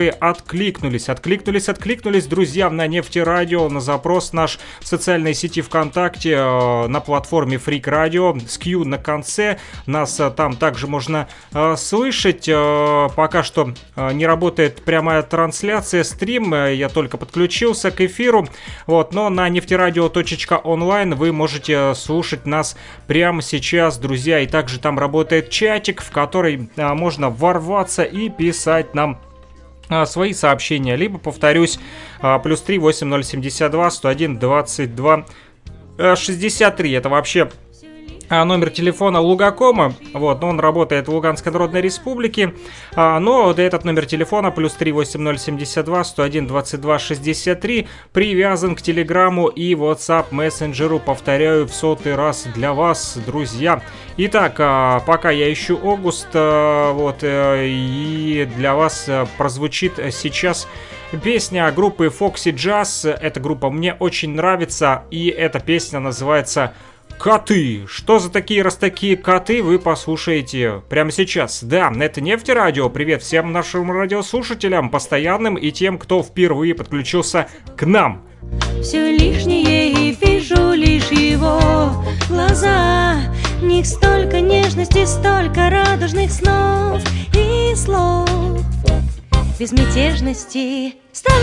Откликнулись, друзья, на Нефтерадио, на запрос наш в социальной сети ВКонтакте, на платформе Freak Radio с Q на конце. Нас там также можно слышать. Пока что не работает прямая трансляция, стрим, я только подключился к эфиру. Вот, но на нефтерадио.онлайн вы можете слушать нас прямо сейчас, друзья. И также там работает чатик, в который можно ворваться и писать нам свои сообщения, либо, повторюсь, +3 8072 101 22 63. Это вообще номер телефона Лугакома, вот, но он работает в Луганской Народной Республике, но этот номер телефона +3 8072 101 22 63 привязан к Телеграму и WhatsApp мессенджеру, повторяю в 100-й раз для вас, друзья. Итак, пока я ищу Огуст, вот, и для вас прозвучит сейчас песня группы Foxy Jazz. Эта группа мне очень нравится, и эта песня называется «Коты». Что за такие коты, вы послушаете прямо сейчас. Да, это Нефтерадио. Привет всем нашим радиослушателям, постоянным и тем, кто впервые подключился к нам. Все лишнее и вижу лишь его глаза. В них столько нежности, столько радужных снов и слов. Безмятежности.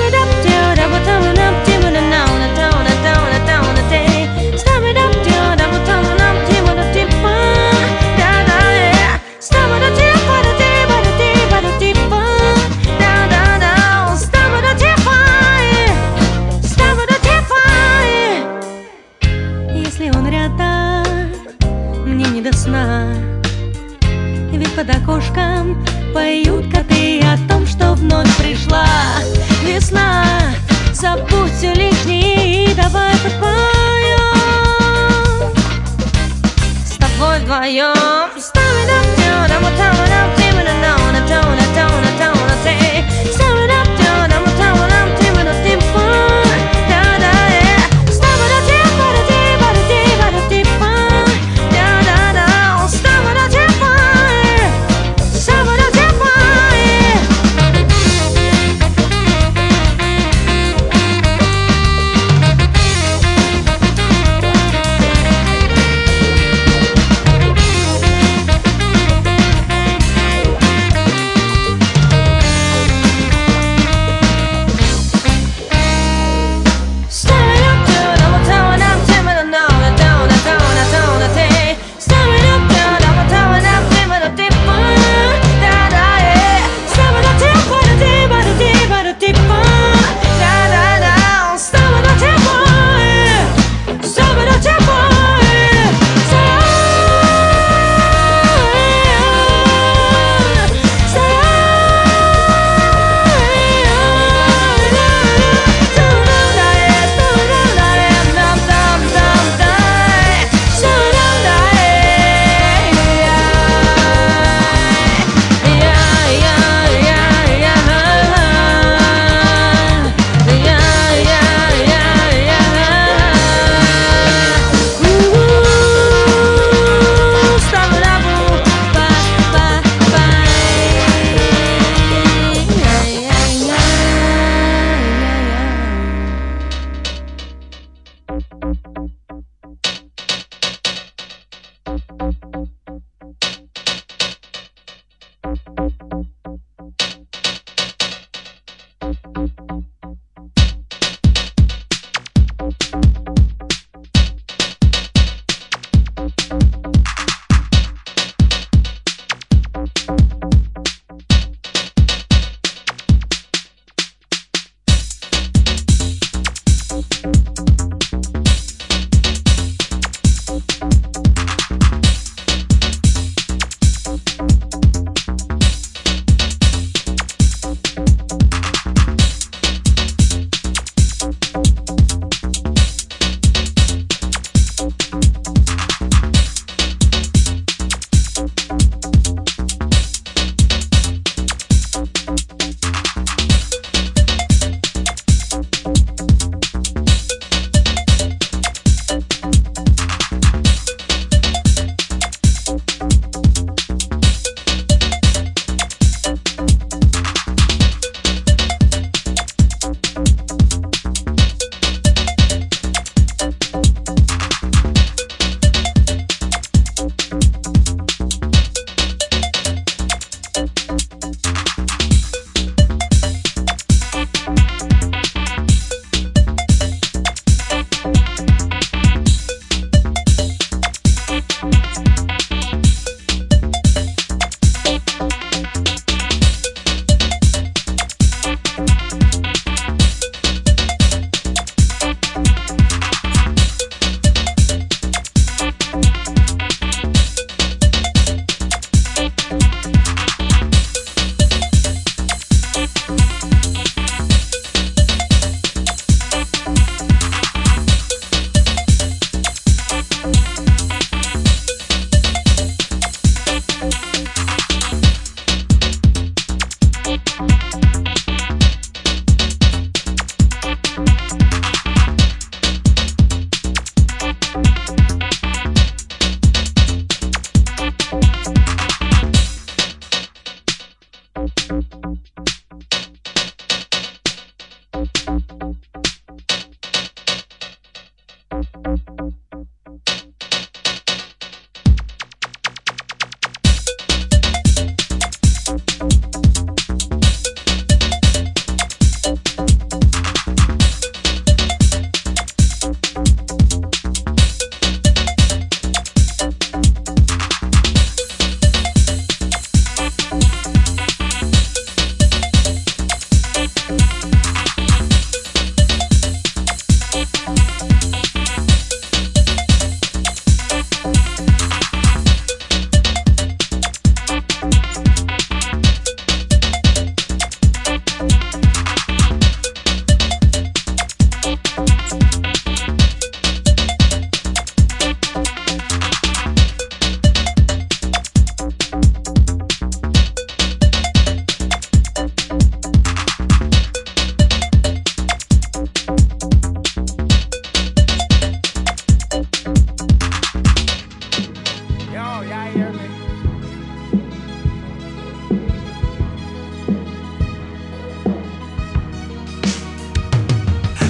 Если он рядом, мне не до сна. Ведь под окошком поют коты о том, что вновь пришла весна. Забудь все лишнее и давай подпоем с тобой вдвоем.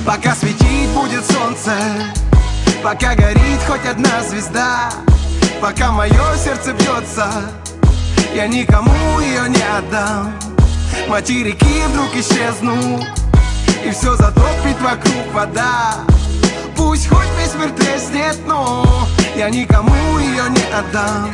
Пока светить будет солнце, пока горит хоть одна звезда, пока мое сердце бьется, я никому ее не отдам. Материки вдруг исчезнут, и все затопит вокруг вода. Пусть хоть весь мир треснет, но я никому ее не отдам.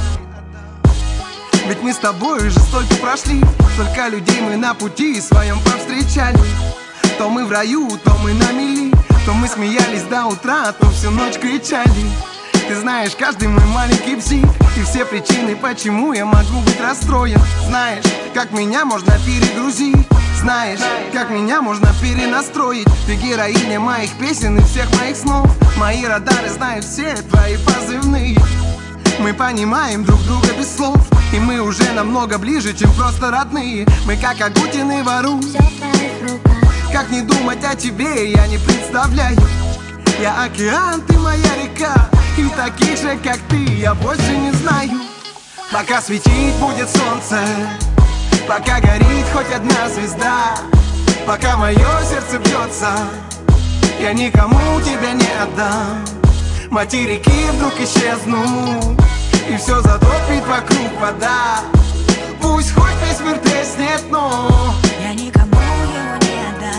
Ведь мы с тобой уже столько прошли, столько людей мы на пути своем повстречали. То мы в раю, то мы на мели, то мы смеялись до утра, то всю ночь кричали. Ты знаешь каждый мой маленький псих и все причины, почему я могу быть расстроен. Знаешь, как меня можно перегрузить, знаешь, как меня можно перенастроить. Ты героиня моих песен и всех моих снов. Мои радары знают все твои позывные. Мы понимаем друг друга без слов, и мы уже намного ближе, чем просто родные. Мы как Агутин и Вару. Как не думать о тебе, я не представляю. Я океан, ты моя река, и таких же, как ты, я больше не знаю. Пока светить будет солнце, пока горит хоть одна звезда, пока мое сердце бьется, я никому тебя не отдам. Материки вдруг исчезнут, и все затопит вокруг вода. Пусть хоть весь мир треснет, но я никому его не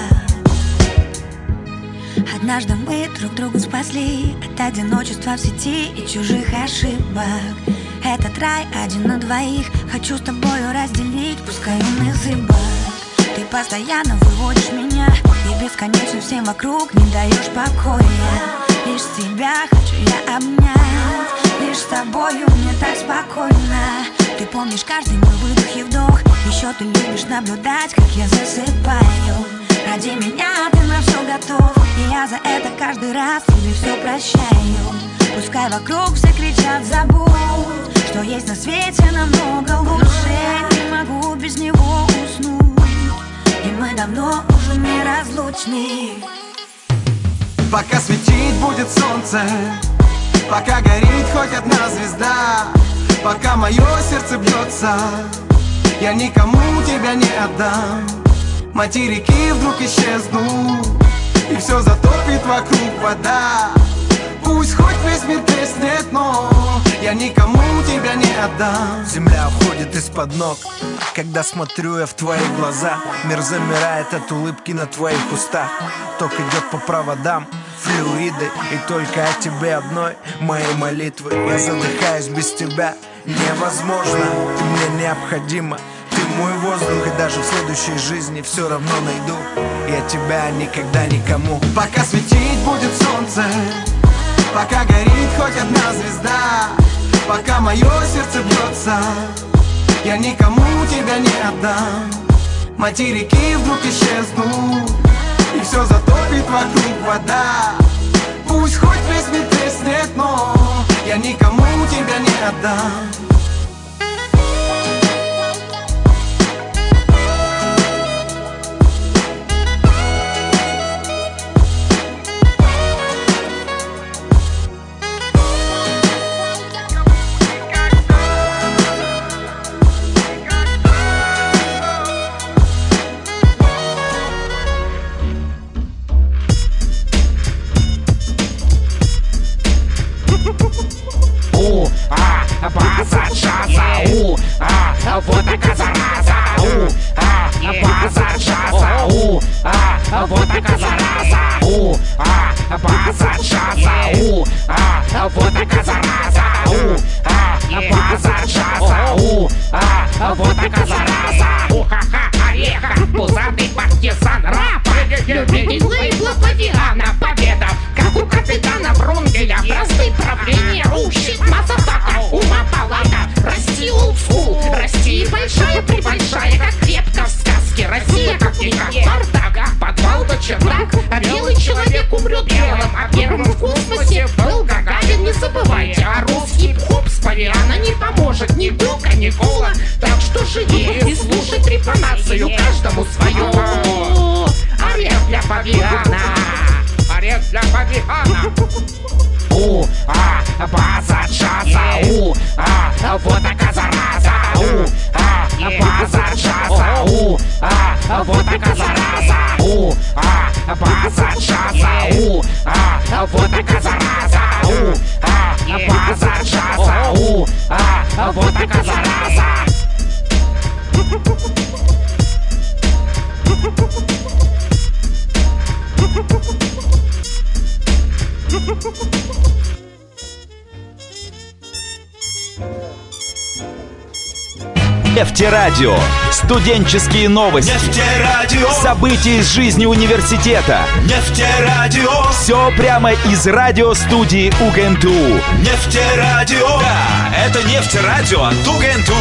отдам. Однажды мы друг друга спасли от одиночества в сети и чужих ошибок. Этот рай один на двоих хочу с тобою разделить, пускай он и зыбок. Ты постоянно выводишь меня и бесконечно всем вокруг не даешь покоя. Лишь тебя хочу я обнять, лишь с тобою мне так спокойно. Ты помнишь каждый мой выдох и вдох, еще ты любишь наблюдать, как я засыпаю. Ради меня ты на все готов, и я за это каждый раз тебе все прощаю. Пускай вокруг все кричат забудь, что есть на свете намного лучше. Не могу без него уснуть, и мы давно уже неразлучны. Пока светить будет солнце, пока горит хоть одна звезда, пока мое сердце бьется, я никому тебя не отдам. Материки вдруг исчезнут, и все затопит вокруг вода. Пусть хоть весь мир треснет, но я никому тебя не отдам. Земля уходит из-под ног, когда смотрю я в твои глаза. Мир замирает от улыбки на твоих устах. Ток идет по проводам, флюиды, и только о тебе одной моей молитвы. Я задыхаюсь без тебя, невозможно, ты мне необходима. Ты мой воздух, и даже в следующей жизни все равно найду я тебя никогда никому. Пока светить будет солнце, пока горит хоть одна звезда, пока мое сердце бьется, я никому тебя не отдам. Материки вдруг исчезнут, и все затопит вокруг вода. Пусть хоть весь мир треснет, но я никому тебя не отдам. Базар джаза, вот такая зараза, базар джаза, вот такая зараза, базар джаза, вот такая зараза, базар джаза, вот такая зараза. Уха-ха, ореха, пузатый партизан рапа, любитель лейбла Павиана, победа, как у капитана Врунгеля, простые правления рушит мазафака, ума палата, расти олдскул, расти большая-пребольшая, как крепко в сказке, Россия как-никак бардак, подвал до чердак, а белый человек умрет белым, а первым в космосе был Гагарин, не забывайте, а русский хоп с Павиана не поможет ни глюка, ни кола, так что живи и слушай трепанацию, каждому свою. Орех для Павиана, орех для Павиана. Базар джаза, вот такая зараза, базар джаза, вот такая зараза. База джаза. Вот такая зараза. База джаза. Вот такая зараза. Нефтерадио. Студенческие новости. Нефтерадио. События из жизни университета. Нефтерадио. Все прямо из радиостудии УГНТУ. Нефтерадио. Да, это Нефтерадио от УГНТУ.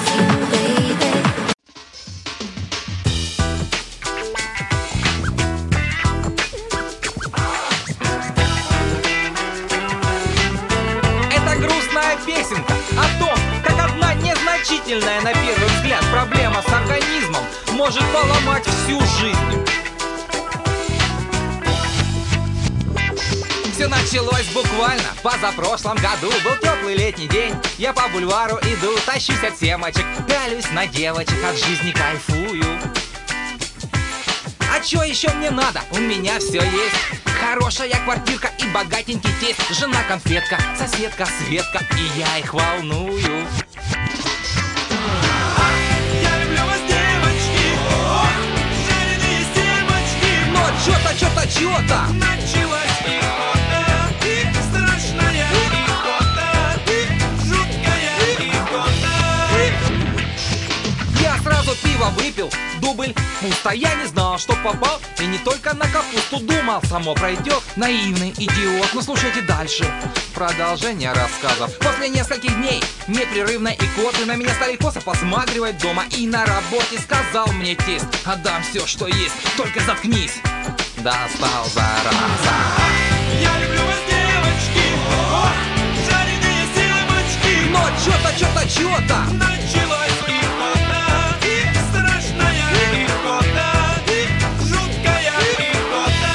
Это грустная песенка о том, как одна незначительная на первый взгляд проблема с организмом может поломать всю жизнь. Все началось буквально позапрошлом году. Был теплый летний день, я по бульвару иду, тащусь от семочек, пялюсь на девочек, от жизни кайфую. А чё еще мне надо? У меня все есть. Хорошая квартирка и богатенький тесть, жена конфетка, соседка Светка, и я их волную. Я люблю вас, девочки, жареные семечки. Но чё-то началась икота, и страшная икота, и жуткая икота. Я сразу пиво выпил, дубль пусто. Я не знал, что попал, и не только на капусту думал, само пройдет. Наивный идиот, но слушайте дальше продолжение рассказов. После нескольких дней непрерывной икоты на меня стали косо посматривать дома. И на работе сказал мне тесть: отдам все, что есть, только заткнись. Достал, зараза. Я люблю вас, девочки, жареные семечки. Но чё-то началась икота, и страшная икота, и жуткая икота.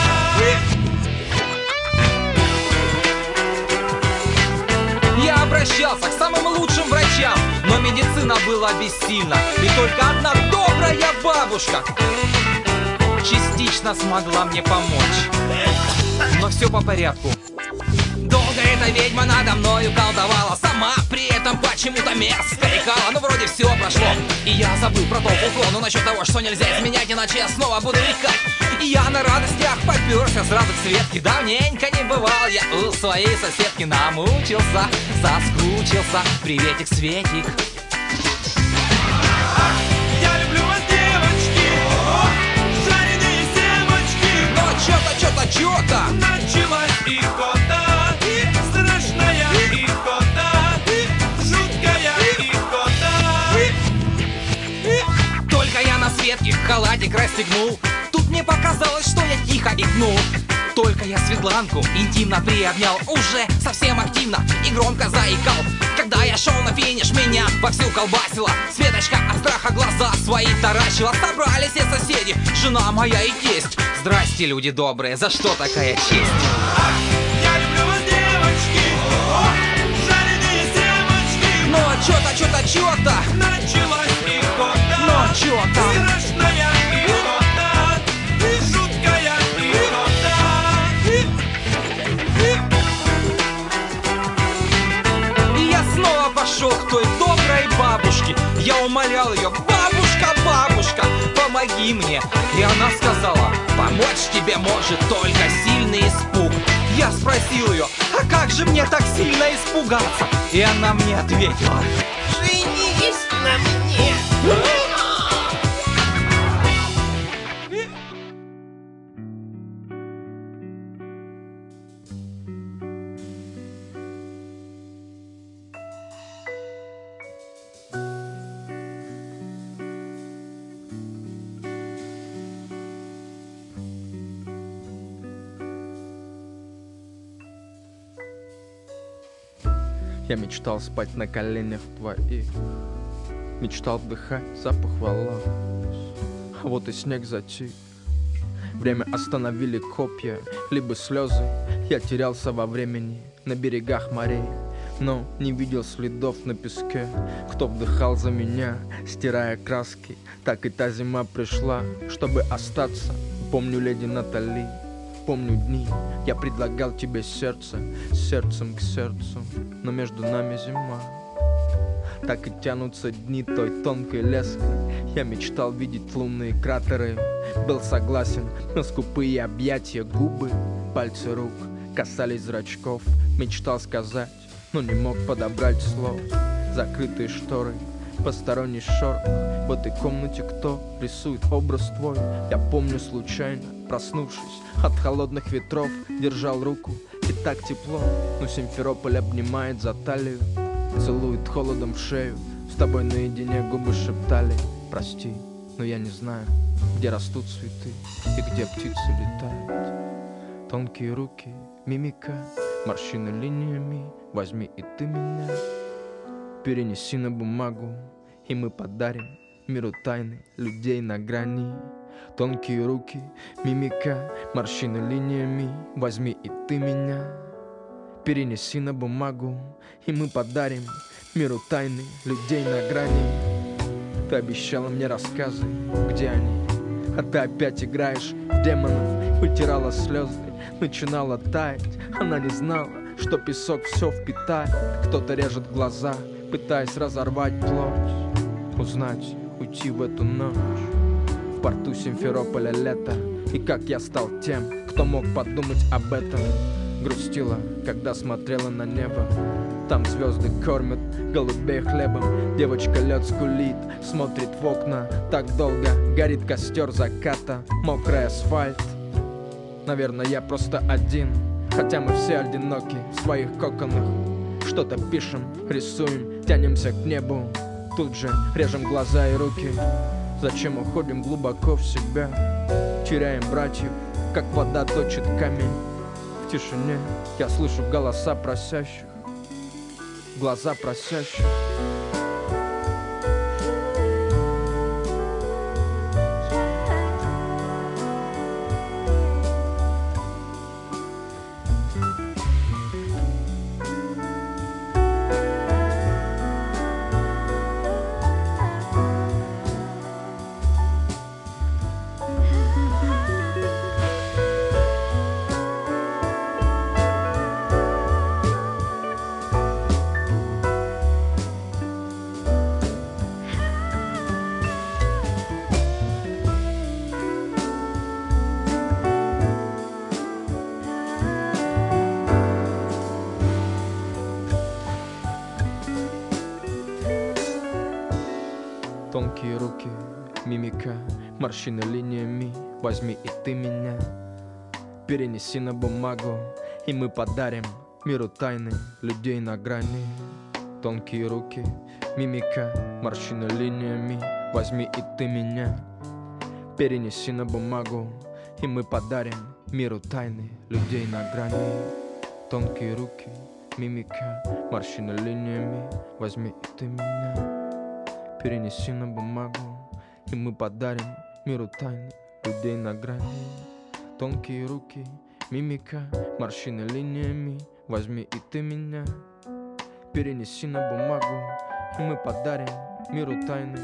Я обращался к самым лучшим врачам, но медицина была бессильна. И только одна добрая бабушка частично смогла мне помочь. Но все по порядку. Долго эта ведьма надо мною колдовала, сама при этом почему-то мерзко икала. Ну вроде все прошло, и я забыл про толк уклону насчет того, что нельзя изменять, иначе я снова буду икать. И я на радостях попёрся сразу к Светке. Давненько не бывал я у своей соседки, намучился, соскучился. Приветик, Светик. Я люблю вас, девочки, жареные семечки. Но чё-то началась икота, и страшная икота, и жуткая икота. Только я на Светке халатик расстегнул, тут мне показалось, что я тихо икнул. Только я Светланку интимно приобнял, уже совсем активно и громко заикал. Когда я шел на финиш, меня вовсю колбасила. Светочка от страха глаза свои таращила. Собрались все соседи, жена моя и тесть. Здрасте, люди добрые, за что такая честь? Я люблю вас, девочки, жареные семечки. Но чё-то началась икота, но чё-то страшная икота, и жуткая икота. И я снова пошел к той доброй бабушке. Я умолял ее: бабушка, бабушка, помоги мне. И она сказала: помочь тебе может только сильный испуг. Я спросил ее: а как же мне так сильно испугаться? И она мне ответила: женись на мне. Я мечтал спать на коленях твоих, мечтал вдыхать запах волос. А вот и снег затих. Время остановили копья, либо слезы. Я терялся во времени на берегах морей. но не видел следов на песке. Кто вдыхал за меня, стирая краски. Так и та зима пришла, чтобы остаться. Помню леди Натали, помню дни. Я предлагал тебе сердце, сердцем к сердцу, но между нами зима. Так и тянутся дни той тонкой леской. Я мечтал видеть лунные кратеры. Был согласен на скупые объятия, губы, пальцы рук касались зрачков. Мечтал сказать, но не мог подобрать слов. Закрытые шторы, посторонний шорох. В этой комнате кто рисует образ твой? Я помню случайно, проснувшись от холодных ветров, держал руку, и так тепло. Но Симферополь обнимает за талию, целует холодом в шею. С тобой наедине губы шептали: прости, но я не знаю, где растут цветы и где птицы летают. Тонкие руки, мимика, морщины линиями. Возьми и ты меня, перенеси на бумагу, и мы подарим миру тайны людей на грани. Тонкие руки, мимика, морщины линиями. Возьми и ты меня, перенеси на бумагу, и мы подарим миру тайны людей на грани. Ты обещала мне рассказы, где они? А ты опять играешь в демонов. Вытирала слезы, начинала таять. Она не знала, что песок все впитает. Кто-то режет глаза, пытаясь разорвать плоть. Узнать, уйти в эту ночь. В порту Симферополя лето. И как я стал тем, кто мог подумать об этом. Грустила, когда смотрела на небо. Там звезды кормят голубей хлебом. Девочка лед скулит, смотрит в окна. Так долго горит костер заката. Мокрый асфальт. Наверное, я просто один, хотя мы все одиноки в своих коконах. Что-то пишем, рисуем, тянемся к небу. Тут же режем глаза и руки. Зачем уходим глубоко в себя? Теряем братьев, как вода точит камень. В тишине я слышу голоса просящих, глаза просящих. Тонкие руки, мимика, морщины линиями. Возьми и ты меня, перенеси на бумагу, и мы подарим миру тайны людей на грани. Тонкие руки, мимика, морщины линиями. Возьми и ты меня, перенеси на бумагу, и мы подарим миру тайны людей на грани. Тонкие руки, мимика, морщины линиями. Возьми и ты меня, перенеси на бумагу, и мы подарим миру тайны людей на грани. Тонкие руки, мимика, морщины линиями. Возьми и ты меня, перенеси на бумагу, и мы подарим миру тайны.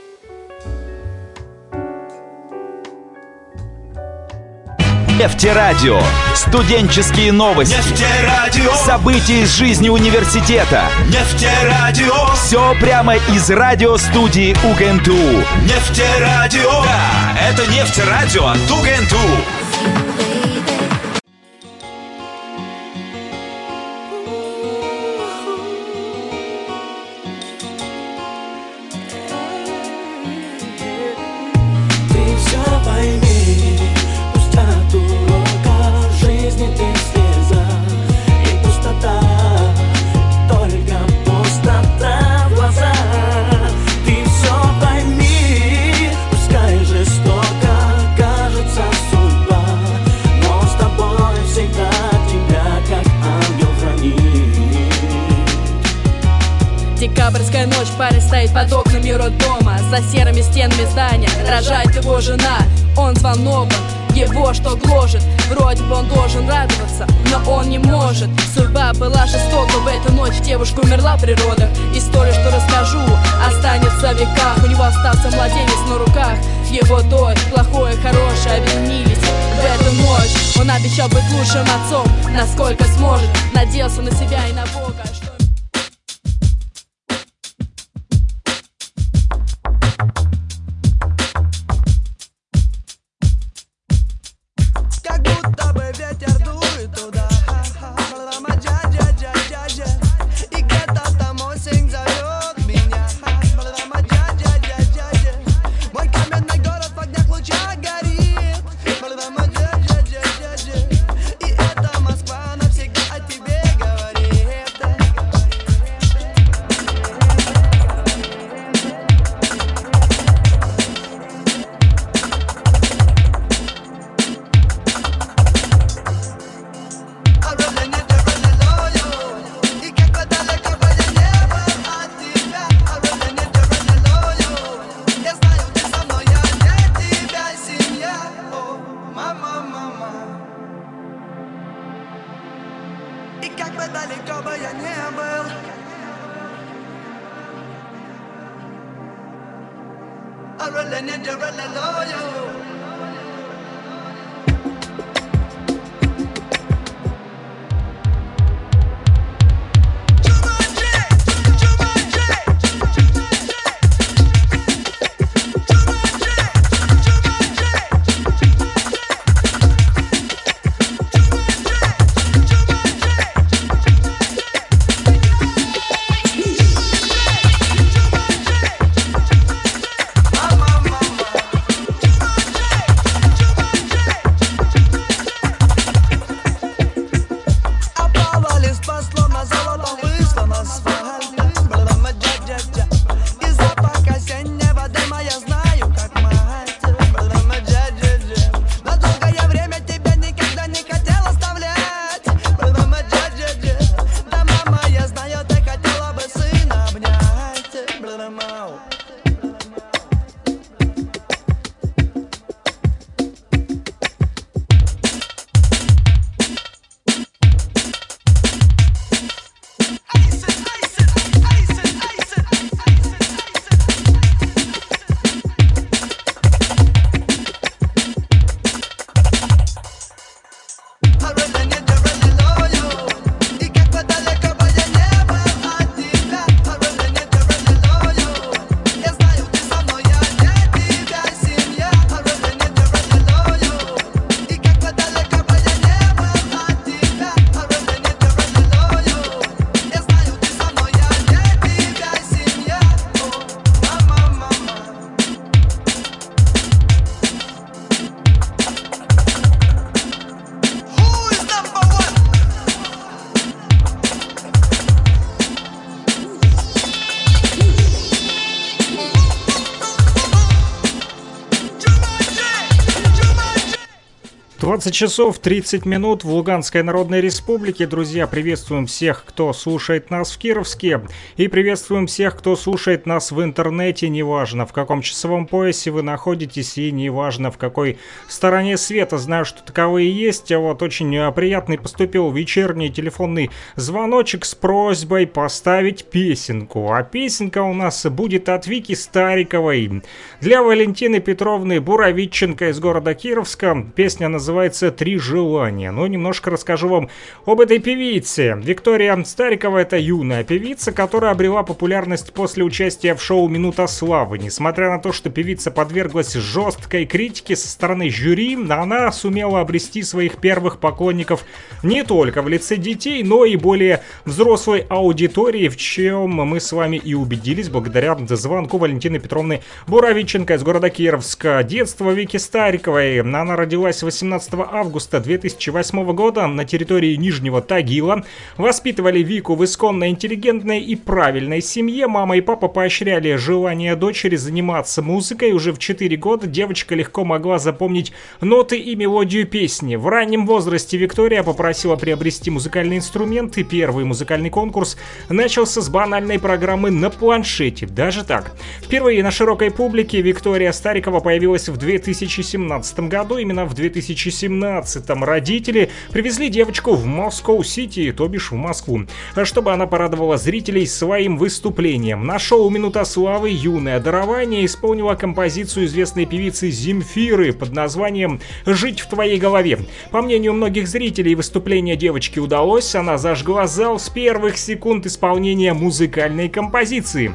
Нефтерадио. Студенческие новости. Нефтерадио. События из жизни университета. Нефтерадио. Все прямо из радиостудии УГНТУ. Нефтерадио. Да, это Нефтерадио от УГНТУ. Декабрьская ночь, парень стоит под окнами роддома. За серыми стенами здания рожает его жена. Он взволнован, его что гложет. Вроде бы он должен радоваться, но он не может. Судьба была жестока, в эту ночь девушка умерла в природах. История, что расскажу, останется в веках. У него остался младенец на руках. Его дочь, плохое, хорошее объединились в эту ночь. Он обещал быть лучшим отцом, насколько сможет. Надеялся на себя и на Бога, что... Как будто бы ветер дует туда. И где-то там осень зовет меня. Мой каменный город в огнях лучах горит. И эта Москва навсегда о тебе говорит. I really need you, really loyal. Часов 30 минут в Луганской Народной Республике. Друзья, приветствуем всех, кто слушает нас в Кировске. И приветствуем всех, кто слушает нас в интернете. Неважно, в каком часовом поясе вы находитесь, и неважно, в какой стороне света. Знаю, что таковые есть. Вот очень приятный поступил вечерний телефонный звоночек с просьбой поставить песенку. А песенка у нас будет от Вики Стариковой для Валентины Петровны Буровиченко из города Кировска. Песня называется «Три желания». Ну, немножко расскажу вам об этой певице. Виктория Старикова — это юная певица, которая обрела популярность после участия в шоу «Минута славы». Несмотря на то, что певица подверглась жесткой критике со стороны жюри, она сумела обрести своих первых поклонников не только в лице детей, но и более взрослой аудитории, в чем мы с вами и убедились благодаря звонку Валентины Петровны Буровиченко из города Кировска. Детство Вики Стариковой. Она родилась 18 17 августа 2008 года на территории Нижнего Тагила. Воспитывали Вику в исконно интеллигентной и правильной семье. Мама и папа поощряли желание дочери заниматься музыкой. Уже в 4 года девочка легко могла запомнить ноты и мелодию песни. В раннем возрасте Виктория попросила приобрести музыкальные инструменты. Первый музыкальный конкурс начался с банальной программы на планшете. Даже так. Впервые на широкой публике Виктория Старикова появилась в 2017 году. Именно в 2017-м родители привезли девочку в Москва-Сити, то бишь в Москву, чтобы она порадовала зрителей своим выступлением. На шоу «Минута славы» юное дарование исполнила композицию известной певицы Земфиры под названием «Жить в твоей голове». По мнению многих зрителей, выступление девочки удалось. Она зажгла зал с первых секунд исполнения музыкальной композиции.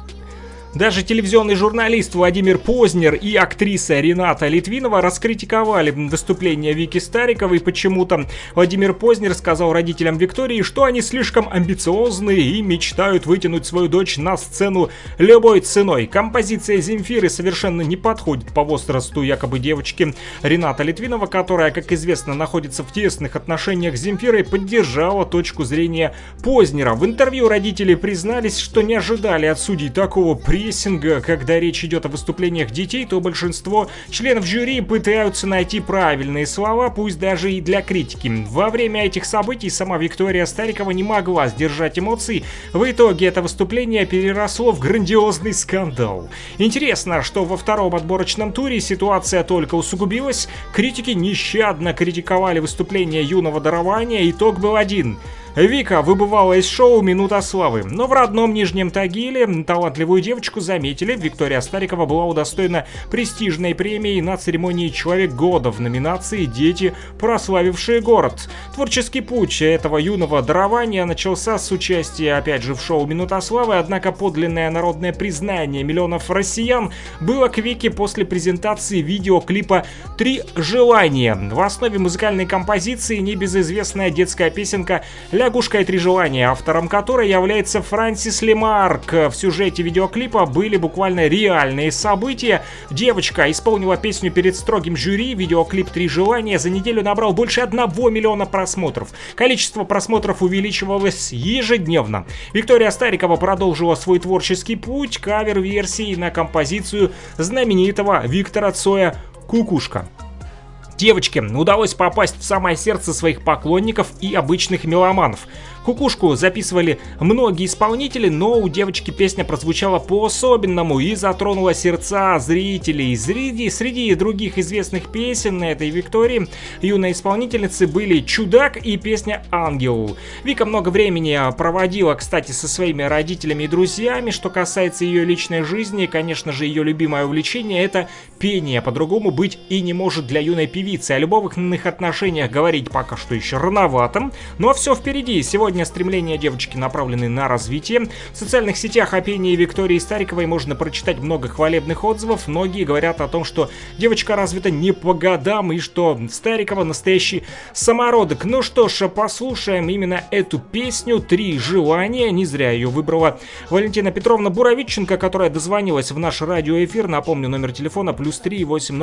Даже телевизионный журналист Владимир Познер и актриса Рената Литвинова раскритиковали выступление Вики Стариковой. Почему-то Владимир Познер сказал родителям Виктории, что они слишком амбициозные и мечтают вытянуть свою дочь на сцену любой ценой. Композиция Земфиры совершенно не подходит по возрасту якобы девочки. Рената Литвинова, которая, как известно, находится в тесных отношениях с Земфирой, поддержала точку зрения Познера. В интервью родители признались, что не ожидали от судей такого прессинга. Когда речь идет о выступлениях детей, то большинство членов жюри пытаются найти правильные слова, пусть даже и для критики. Во время этих событий сама Виктория Старикова не могла сдержать эмоций. В итоге это выступление переросло в грандиозный скандал. Интересно, что во втором отборочном туре ситуация только усугубилась. Критики нещадно критиковали выступление юного дарования. Итог был один. Вика выбывала из шоу «Минута славы». Но в родном Нижнем Тагиле талантливую девочку заметили. Виктория Старикова была удостоена престижной премии на церемонии «Человек года» в номинации «Дети, прославившие город». Творческий путь этого юного дарования начался с участия, опять же, в шоу «Минута славы», однако подлинное народное признание миллионов россиян было к Вике после презентации видеоклипа «Три желания». В основе музыкальной композиции небезызвестная детская песенка «Лягушка и три желания», автором которой является Франсис Лемарк. В сюжете видеоклипа были буквально реальные события. Девочка исполнила песню перед строгим жюри. Видеоклип «Три желания» за неделю набрал больше 1 миллиона просмотров. Количество просмотров увеличивалось ежедневно. Виктория Старикова продолжила свой творческий путь кавер-версией на композицию знаменитого Виктора Цоя «Кукушка». Девочке удалось попасть в самое сердце своих поклонников и обычных меломанов. «Кукушку» записывали многие исполнители, но у девочки песня прозвучала по-особенному и затронула сердца зрителей. Среди других известных песен этой Виктории юной исполнительницы были «Чудак» и песня «Ангел». Вика много времени проводила, кстати, со своими родителями и друзьями. Что касается ее личной жизни, конечно же, ее любимое увлечение — это пение. По-другому быть и не может для юной певицы. О любовных отношениях говорить пока что еще рановато, но все впереди. Сегодня стремления девочки направлены на развитие. В социальных сетях о пении Виктории Стариковой можно прочитать много хвалебных отзывов. Многие говорят о том, что девочка развита не по годам и что Старикова настоящий самородок. Ну что ж, послушаем именно эту песню «Три желания». Не зря ее выбрала Валентина Петровна Буровиченко, которая дозвонилась в наш радиоэфир. Напомню, номер телефона +3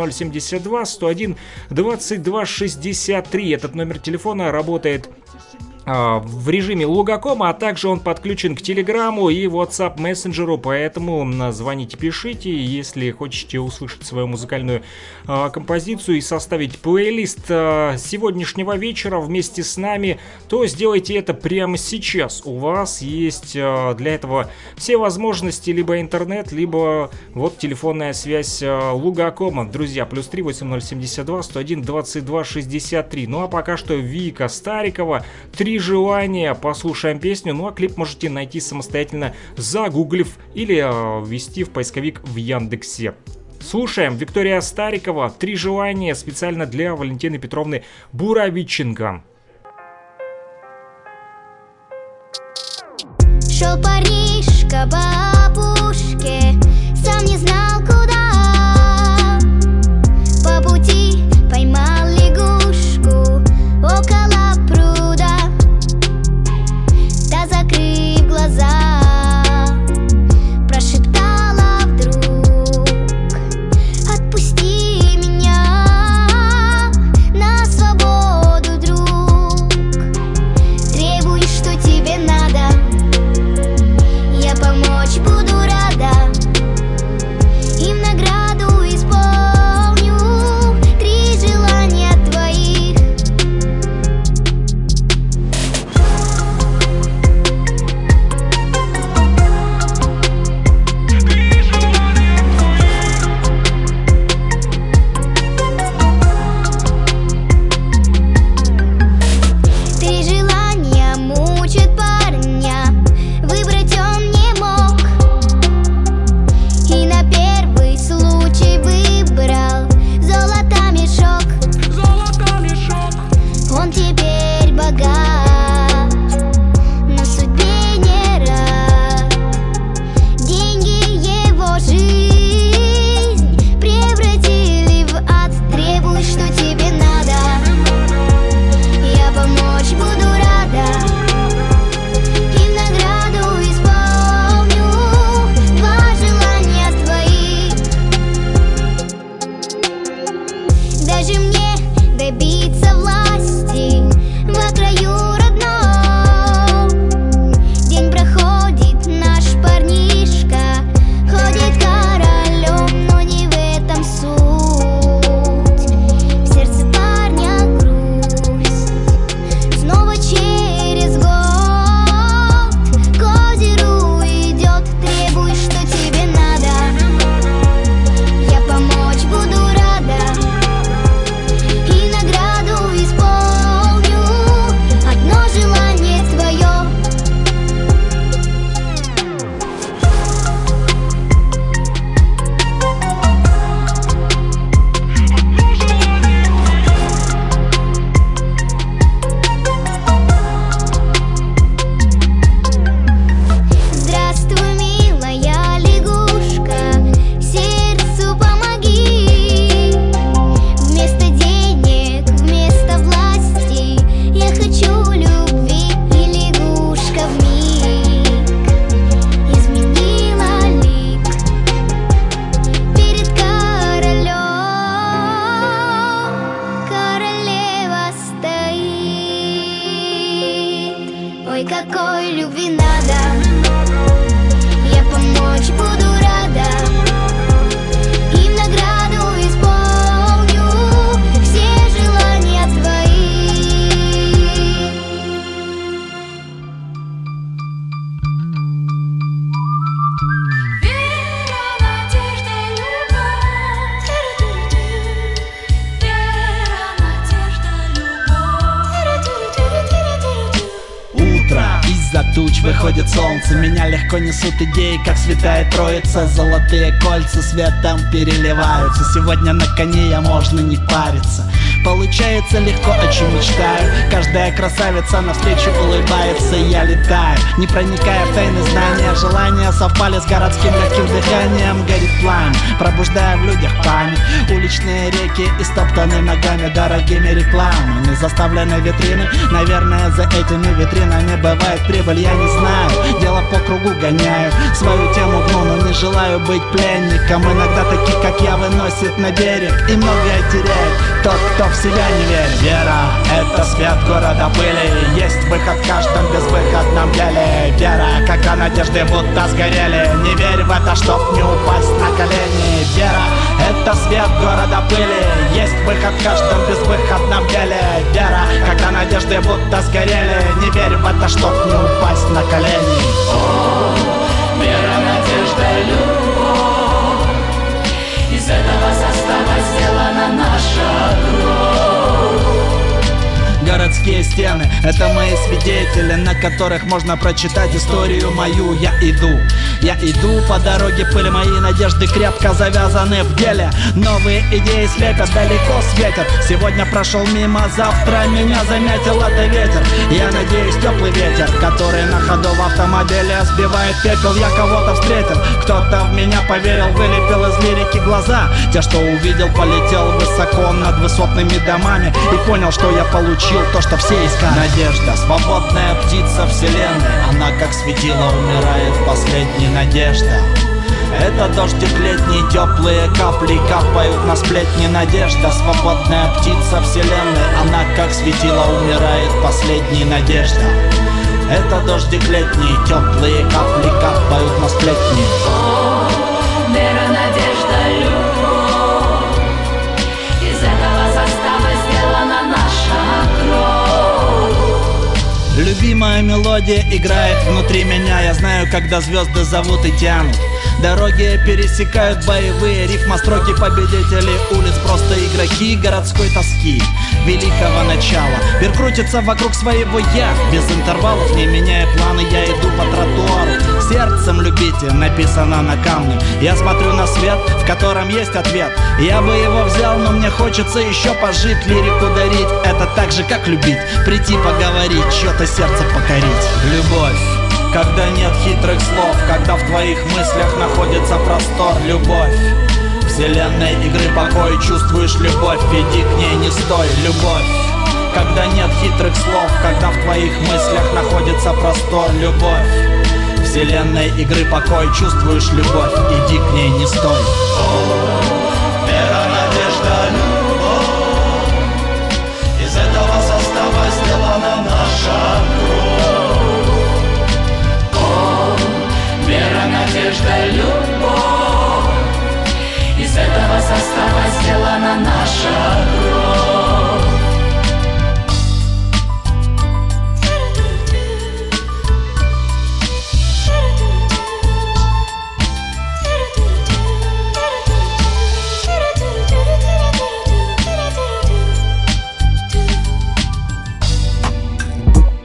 8072 101 22 63. Этот номер телефона работает в режиме Лугакома, а также он подключен к Телеграму и WhatsApp мессенджеру, поэтому звоните, пишите, если хотите услышать свою музыкальную композицию и составить плейлист сегодняшнего вечера вместе с нами, то сделайте это прямо сейчас. У вас есть для этого все возможности, либо интернет, либо вот телефонная связь Лугакома. Друзья, +3 8072 101 22 63. Ну а пока что Вика Старикова, «Три желания». Послушаем песню, ну а клип можете найти самостоятельно, загуглив или ввести в поисковик в Яндексе. Слушаем Виктория Старикова «Три желания» специально для Валентины Петровны Буровиченко. Шел парнишка по опушке, сам не знал куда. По пути поймал лягушку около пруда. Та, закрыв глаза, прошептала вдруг: отпусти меня на добиться власти во краю родном. День проходит, наш парнишка ходит королем, но не в этом суть. В сердце парня грусть. Снова через год к озеру идет, требуй, что тебе надо. Я помочь буду рада и награду исполню. Одно желание твое. Здравствуй, милая лягушка, сердцу помоги. Вместо денег, вместо власти я хочу любви, и лягушка вмиг изменила лик перед королем. Королева стоит. Ой, какой любви надо. Я помочь буду рада и в награду исполню все желания твои. Вера, надежда, любовь. Вера, надежда, любовь. Утро, из-за туч выходит солнце. Меня легко несут идеи, как святая троица. Золотые кольца светом переливаются. Сегодня на коне я, можно не париться. Получается легко, о чем мечтаю. Каждая красавица навстречу улыбается. Я летаю, не проникая в тайны знания. Желания совпали с городским легким дыханием. Горит пламя, пробуждая в людях память. Уличные реки истоптаны ногами дорогими рекламами. Заставлены витрины, наверное, за этими витринами бывает прибыль, я не знаю. Дело по кругу гоняю, свою тему гну, но не желаю быть пленником. Иногда таких, как я, выносит на берег, и многое теряет тот, кто в себя не верит. Вера — это свет города пыли, есть выход в каждом безвыходном деле. Вера, когда надежды будто сгорели, не верь в это, чтоб не упасть на колени. Вера — это свет города пыли, есть выход в каждом безвыходном деле. Вера, когда надежды будто сгорели, не верь в это, чтоб не упасть на колени. О, вера, надежда, любовь. Из этого состава сделана наша кровь. Городские стены — это мои свидетели, на которых можно прочитать историю мою. Я иду по дороге пыли, мои надежды крепко завязаны в деле. Новые идеи слепят, далеко светят. Сегодня прошел мимо, завтра меня заметил это ветер. Я надеюсь, теплый ветер, который на ходу в автомобиле сбивает пепел. Я кого-то встретил, кто-то в меня поверил, вылепил из лирики глаза. Те, что увидел, полетел высоко над высотными домами и понял, что я получил то, что все искали. Надежда, свободная птица вселенной, она как светило умирает последней. Надежда — это дождик летний, теплые капли капают на сплетни. Надежда, свободная птица вселенной, она как светило умирает последней. Надежда — это дождик летний, теплые капли капают на сплетни. О, вера, надежда, любовь. Из этого состава сделана наша кровь. Любимая мелодия играет внутри меня. Я знаю, когда звезды зовут и тянут. Дороги пересекают боевые рифма, строки победителей улиц, просто игроки городской тоски великого начала. Мир крутится вокруг своего я, без интервалов, не меняя планы, я иду по тротуару. Сердцем любите написано на камне. Я смотрю на свет, в котором есть ответ. Я бы его взял, но мне хочется еще пожить. Лирику дарить — это так же, как любить. Прийти поговорить, чье-то сердце покорить. Любовь, когда нет хитрых слов, когда в твоих мыслях находится простор. Любовь, вселенной игры покой, чувствуешь любовь, иди к ней, не стой. Любовь, когда нет хитрых слов, когда в твоих мыслях находится простор. Любовь, вселенной игры покой, чувствуешь любовь, иди к ней, не стой. О, вера, надежда, любовь.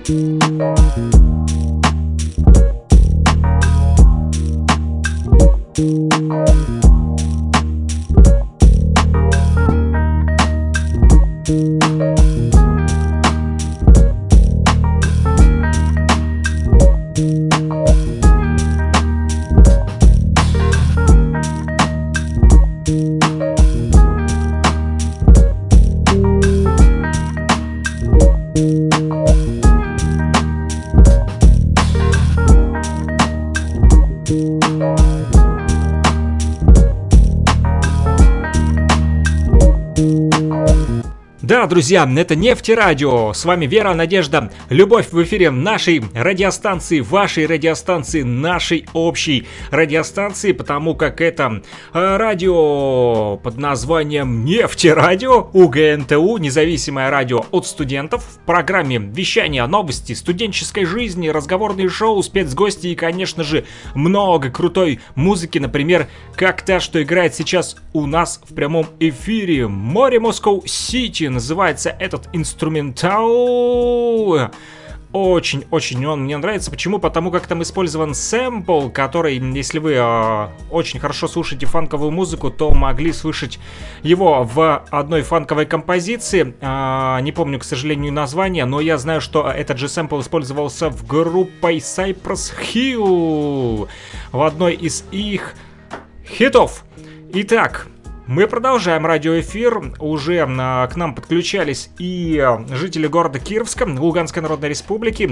Да, друзья, это Нефтерадио. С вами Вера, Надежда, Любовь в эфире нашей радиостанции, вашей радиостанции, нашей общей радиостанции, потому как это радио под названием Нефтерадио УГНТУ, независимое радио от студентов. В программе вещания, новости, студенческой жизни, разговорные шоу, спецгости и, конечно же, много крутой музыки, например, как та, что играет сейчас у нас в прямом эфире. Море Москоу Сити называется этот инструментал. Очень-очень он мне нравится. Почему? Потому как там использован сэмпл, который, если вы очень хорошо слушаете фанковую музыку, то могли слышать его в одной фанковой композиции. Не помню, к сожалению, название, но я знаю, что этот же сэмпл использовался в группой Cypress Hill в одной из их хитов. Итак, мы продолжаем радиоэфир. Уже к нам подключались и жители города Кировска, Луганской Народной Республики.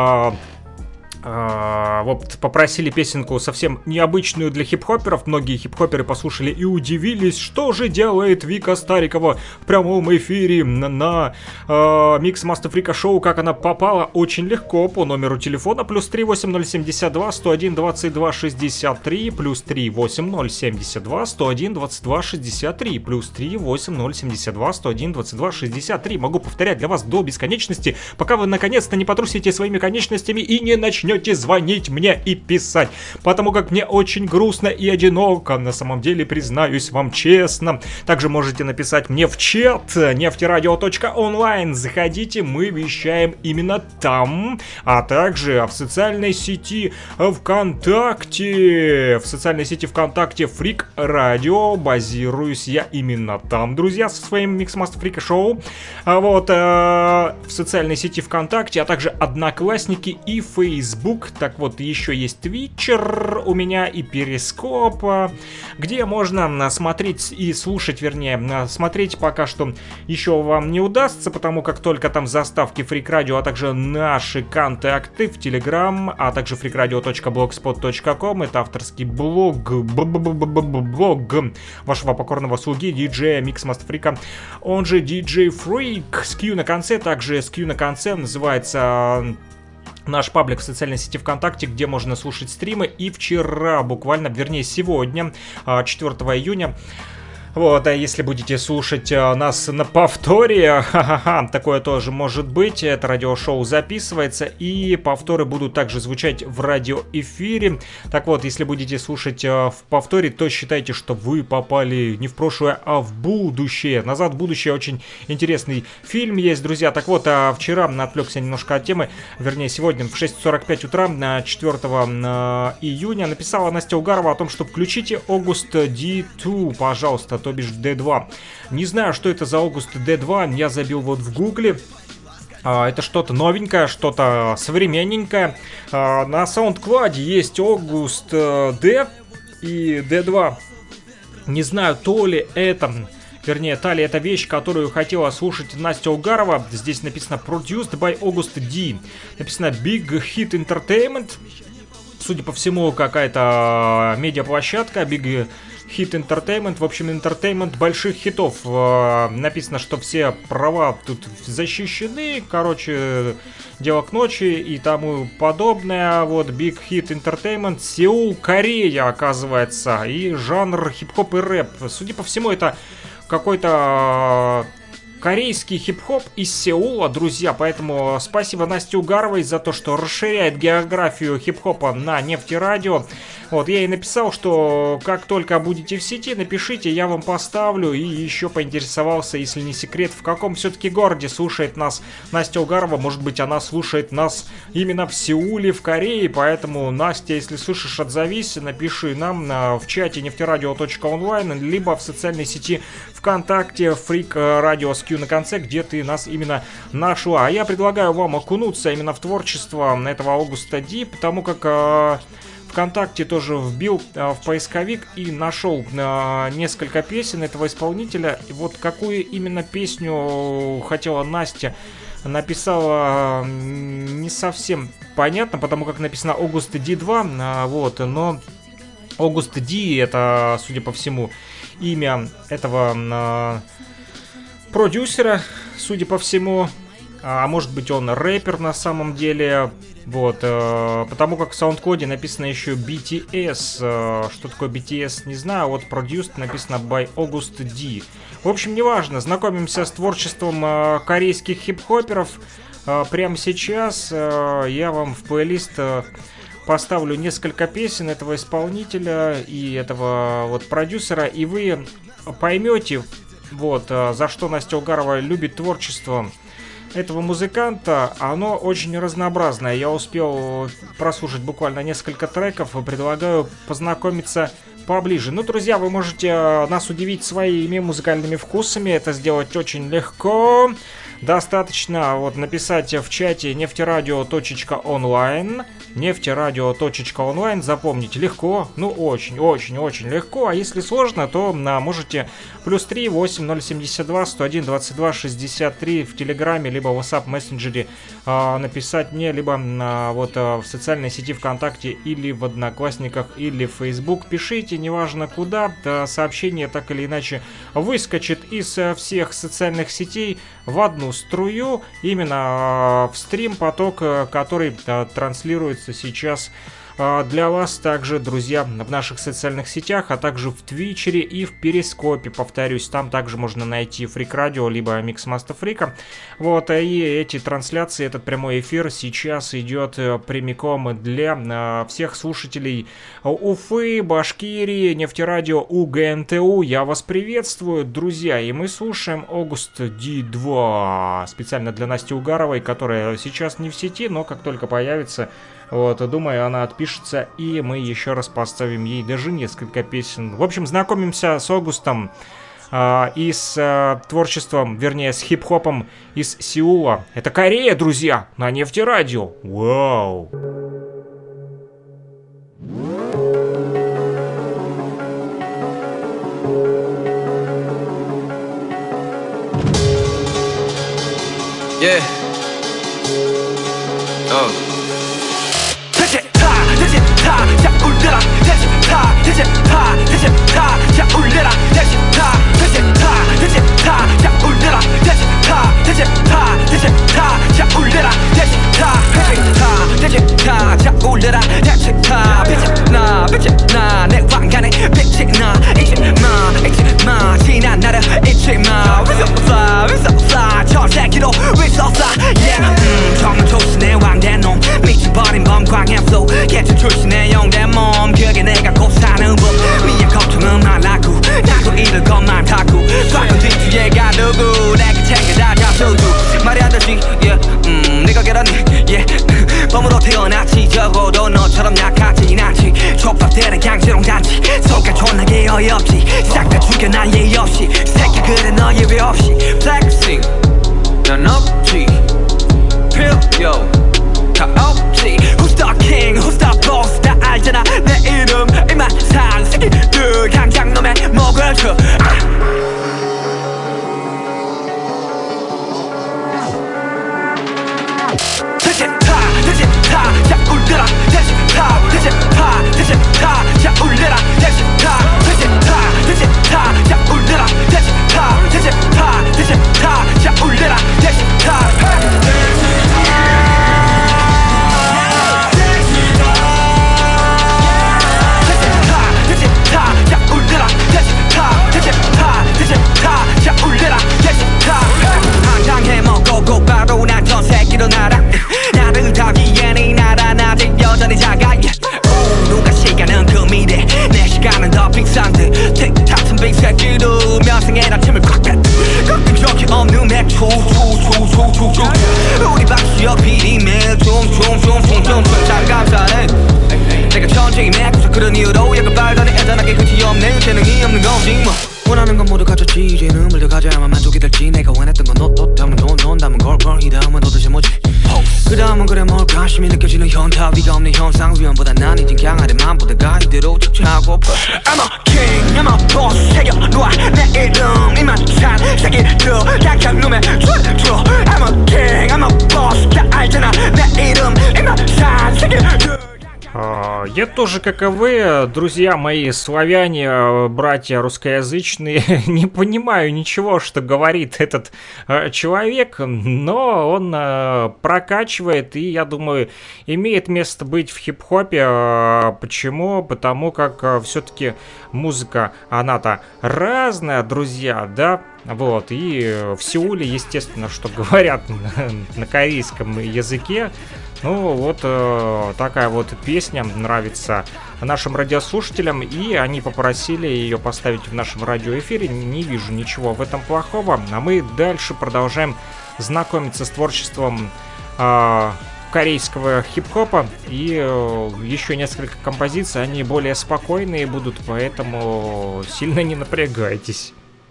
Вот попросили песенку совсем необычную для хип-хоперов. Многие хип-хоперы послушали и удивились, что же делает Вика Старикова в прямом эфире на Mix Master Freak Show. Как она попала? Очень легко. По номеру телефона +3 8072 101 22 63 +3 8072 101 22 63 +3 8072 101 22 63. Могу повторять для вас до бесконечности, пока вы наконец-то не потрусите своими конечностями и не начнете звонить мне и писать, потому как мне очень грустно и одиноко, на самом деле, признаюсь вам честно. Также можете написать мне в чат нефтерадио.онлайн. Заходите, мы вещаем именно там, а также в социальной сети ВКонтакте. В социальной сети ВКонтакте Freak Radio. Базируюсь я именно там, друзья, со своим Mix Master Freak Show. Вот, в социальной сети ВКонтакте, а также Одноклассники и Facebook. Так вот, еще есть Твитчер у меня и Перископ, где можно смотреть и слушать, вернее, смотреть пока что еще вам не удастся, потому как только там заставки Freak Radio, а также наши контакты в Telegram, а также freakradio.blogspot.com. Это авторский блог вашего покорного слуги, диджея Mix Master Freak, он же DJ Freak, с Q на конце. Также с Q на конце называется наш паблик в социальной сети ВКонтакте, где можно слушать стримы. И вчера, буквально, вернее сегодня, 4 июня, вот, а если будете слушать нас на повторе, такое тоже может быть. Это радиошоу записывается, и повторы будут также звучать в радиоэфире. Так вот, если будете слушать в повторе, то считайте, что вы попали не в прошлое, а в будущее. «Назад в будущее» очень интересный фильм есть, друзья. Так вот, вчера отвлекся немножко от темы, вернее, сегодня в 6:45 утра, 4 июня, написала Настя Угарова о том, что включите August D2, пожалуйста, то бишь D2. Не знаю, что это за August D2, я забил вот в гугле. Это что-то новенькое, что-то современненькое. На SoundCloud есть August D и D2. Не знаю, то ли это... Вернее, та ли это вещь, которую хотела слушать Настя Угарова. Здесь написано Produced by August D. Написано Big Hit Entertainment. Судя по всему, какая-то медиаплощадка Big Hit Entertainment. В общем, entertainment больших хитов. Написано, что все права тут защищены. Короче, дело к ночи и тому подобное. Вот, Big Hit Entertainment. Сеул, Корея, оказывается. И жанр хип-хоп и рэп. Судя по всему, это какой-то корейский хип-хоп из Сеула, друзья. Поэтому спасибо Насте Угаровой за то, что расширяет географию хип-хопа на Нефтерадио. Вот, я ей написал, что как только будете в сети, напишите, я вам поставлю. И еще поинтересовался, если не секрет, в каком все-таки городе слушает нас Настя Угарова. Может быть, она слушает нас именно в Сеуле, в Корее. Поэтому, Настя, если слышишь, отзовись, напиши нам в чате нефтерадио.онлайн, либо в социальной сети ВКонтакте Фрик Радио с Q на конце, где ты нас именно нашла. А я предлагаю вам окунуться именно в творчество этого Augusta D, потому как ВКонтакте тоже вбил в поисковик и нашел несколько песен этого исполнителя. И вот какую именно песню хотела Настя, написала не совсем понятно, потому как написано Augusta D 2, вот, но Augusta D это, судя по всему, имя этого продюсера, судя по всему. А может быть, он рэпер на самом деле. Вот, потому как в саундкоде написано еще BTS. Что такое BTS, не знаю. А вот produced написано by Augusta D. В общем, неважно. Знакомимся с творчеством корейских хип-хоперов. Прямо сейчас я вам в плейлист поставлю несколько песен этого исполнителя и этого вот продюсера. И вы поймете, вот, за что Настя Угарова любит творчество этого музыканта. Оно очень разнообразное. Я успел прослушать буквально несколько треков и предлагаю познакомиться поближе. Ну, друзья, вы можете нас удивить своими музыкальными вкусами. Это сделать очень легко. Достаточно вот написать в чате нефтерадио.онлайн. Нефтерадио.онлайн. Запомнить легко. Ну, очень-очень-очень легко. А если сложно, то можете +3 8072 101 22 63 в Телеграме, либо в WhatsApp мессенджере написать мне, либо вот в социальной сети ВКонтакте, или в Одноклассниках, или в Facebook. Пишите, неважно куда. Сообщение так или иначе выскочит из всех социальных сетей в одну струю, именно в стрим-поток, который транслируется сейчас для вас также, друзья, в наших социальных сетях, а также в Твичере и в Перископе. Повторюсь, там также можно найти Фрик Радио, либо Миксмастер Фрика. Вот, и эти трансляции, этот прямой эфир сейчас идет прямиком для всех слушателей Уфы, Башкирии, Нефтерадио УГНТУ. Я вас приветствую, друзья, и мы слушаем Augusta D 2 специально для Насти Угаровой, которая сейчас не в сети, но как только появится, вот, думаю, она отпишется, и мы еще раз поставим ей даже несколько песен. В общем, знакомимся с Augusta и с творчеством, вернее, с хип-хопом из Сеула. Это Корея, друзья, на Нефтерадио. Вау! Yeah. Oh. 미쳐버린 범광의 flow 개체 출신의 영대 몸 그게 내가 곧 사는 법 미의 걱정은 말라고 나도 잃을 것만 타고 과거 뒤뒤에가 누구 내가 챙겨다 잡수두 말하듯이 네가 결혼해 범으로 태어났지 적어도 너처럼 약하진 않지 촉박되는 강제롱 단지 속가 존나게 어이없지 싹 다 죽여 난 예의 없이 새끼 그래 너 예외 없이 flexing 난 없지 필요 다 없지 Who's the king, who's the boss 다 알잖아 내 이름 이만상 새끼들 강장 놈의 목을 쳐 자 울려라 대신 타 대신 타 대신 타자 울려라 대신 타 대신 타 대신 타자 울려라 대신 타 대신 타 대신 타자 울려라 대신 타 한장해 먹고 곧바로 난 전 세계로 날아 나를 타기엔 이 나라 아직 여전히 작아 누가 시간은 그 갑자기 맺고서 그런 이유로 약간 발단에 애잔하게 끝이 없네 재능이 없는 거지 뭐 원하는 건 모두 가졌지 이제는 뭘 더 가져야만 만족이 될지 내가 원했던 건 너 때문에 넌 담은 걸 이 다음은 도대체 뭐지 그 다음은 그래 뭘까 관심이 느껴지는 현타 위가 없는 현상 위험보다 난 이젠 강하리만 보다가 이대로 척추하고 I'm a king I'm a boss 새겨놓아 내 이름 이만 산 새끼들 약한 놈의 줄줄 I'm a king I'm a boss 다 알잖아 내 이름 이만 산 새끼들. Я тоже, как и вы, друзья мои славяне, братья русскоязычные, не понимаю ничего, что говорит этот человек, но он прокачивает и, я думаю, имеет место быть в хип-хопе. Почему? Потому как все-таки музыка, она-то разная, друзья, да? Вот, и в Сеуле, естественно, что говорят на корейском языке. Ну, вот такая вот песня нравится нашим радиослушателям, и они попросили ее поставить в нашем радиоэфире. Не вижу ничего в этом плохого. А мы дальше продолжаем знакомиться с творчеством корейского хип-хопа. И еще несколько композиций, они более спокойные будут, поэтому сильно не напрягайтесь.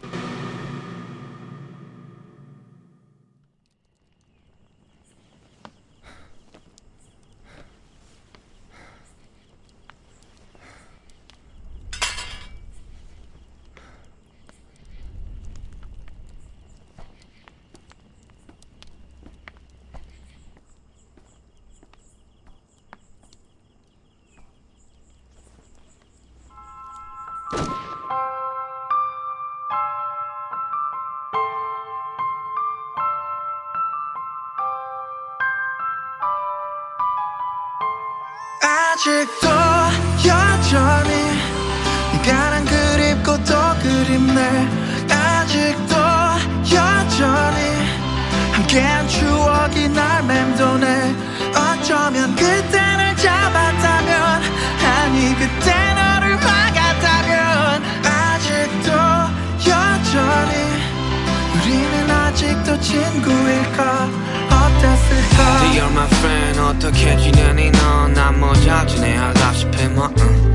아직도 여전히 네가 난 그립고 또 그립네 아직도 여전히 함께한 추억이 날 맴도네 어쩌면 그때를 잡았다면 아니 그때 너를 막았다면 아직도 여전히 우리는 아직도 친구일까 어땠을까 Dear my friend 어떻게 지내니 넌난 뭐 잘 지내하다시피 뭐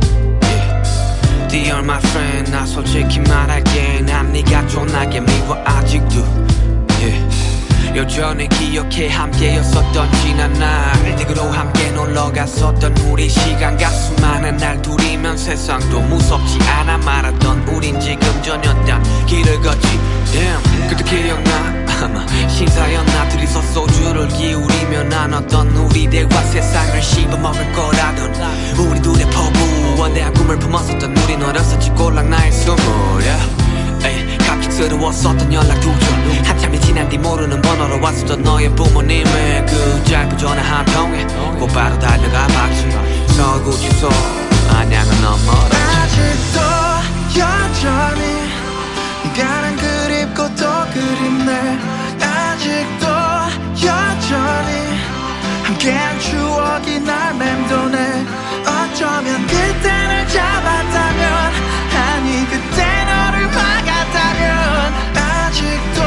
Dear my friend 나 솔직히 말할게 난 네가 존나게 미워 아직도 여전히 기억해 함께였었던 지난 날 댁으로 함께 놀러갔었던 우리 시간과 수많은 날 둘이면 세상도 무섭지 않아 말았던 우린 지금 전혀 딴 길을 걷지 Damn 그때 기억나 아마 신사였나 둘이서 소주를 기울이며 나눴던 우리 대화 세상을 씹어먹을 거라던 우리 둘의 포부 원대한 꿈을 품었었던 우린 어렸었지 꼴랑 나의 스물 에이, 갑작스러웠었던 연락 두절 한참이 지난 뒤 모르는 번호로 왔었던 너의 부모님의 그 짧은 전화 한 통에 곧바로 달려가 봤지 서구 주소 안양은 너무 멀었지 아직도 여전히 네가 난 그립고 또 그립네 아직도 여전히 함께한 추억이 날 맴도네 어쩌면 그때를 잡았다면 아니 그때 너를 막았다면 아직도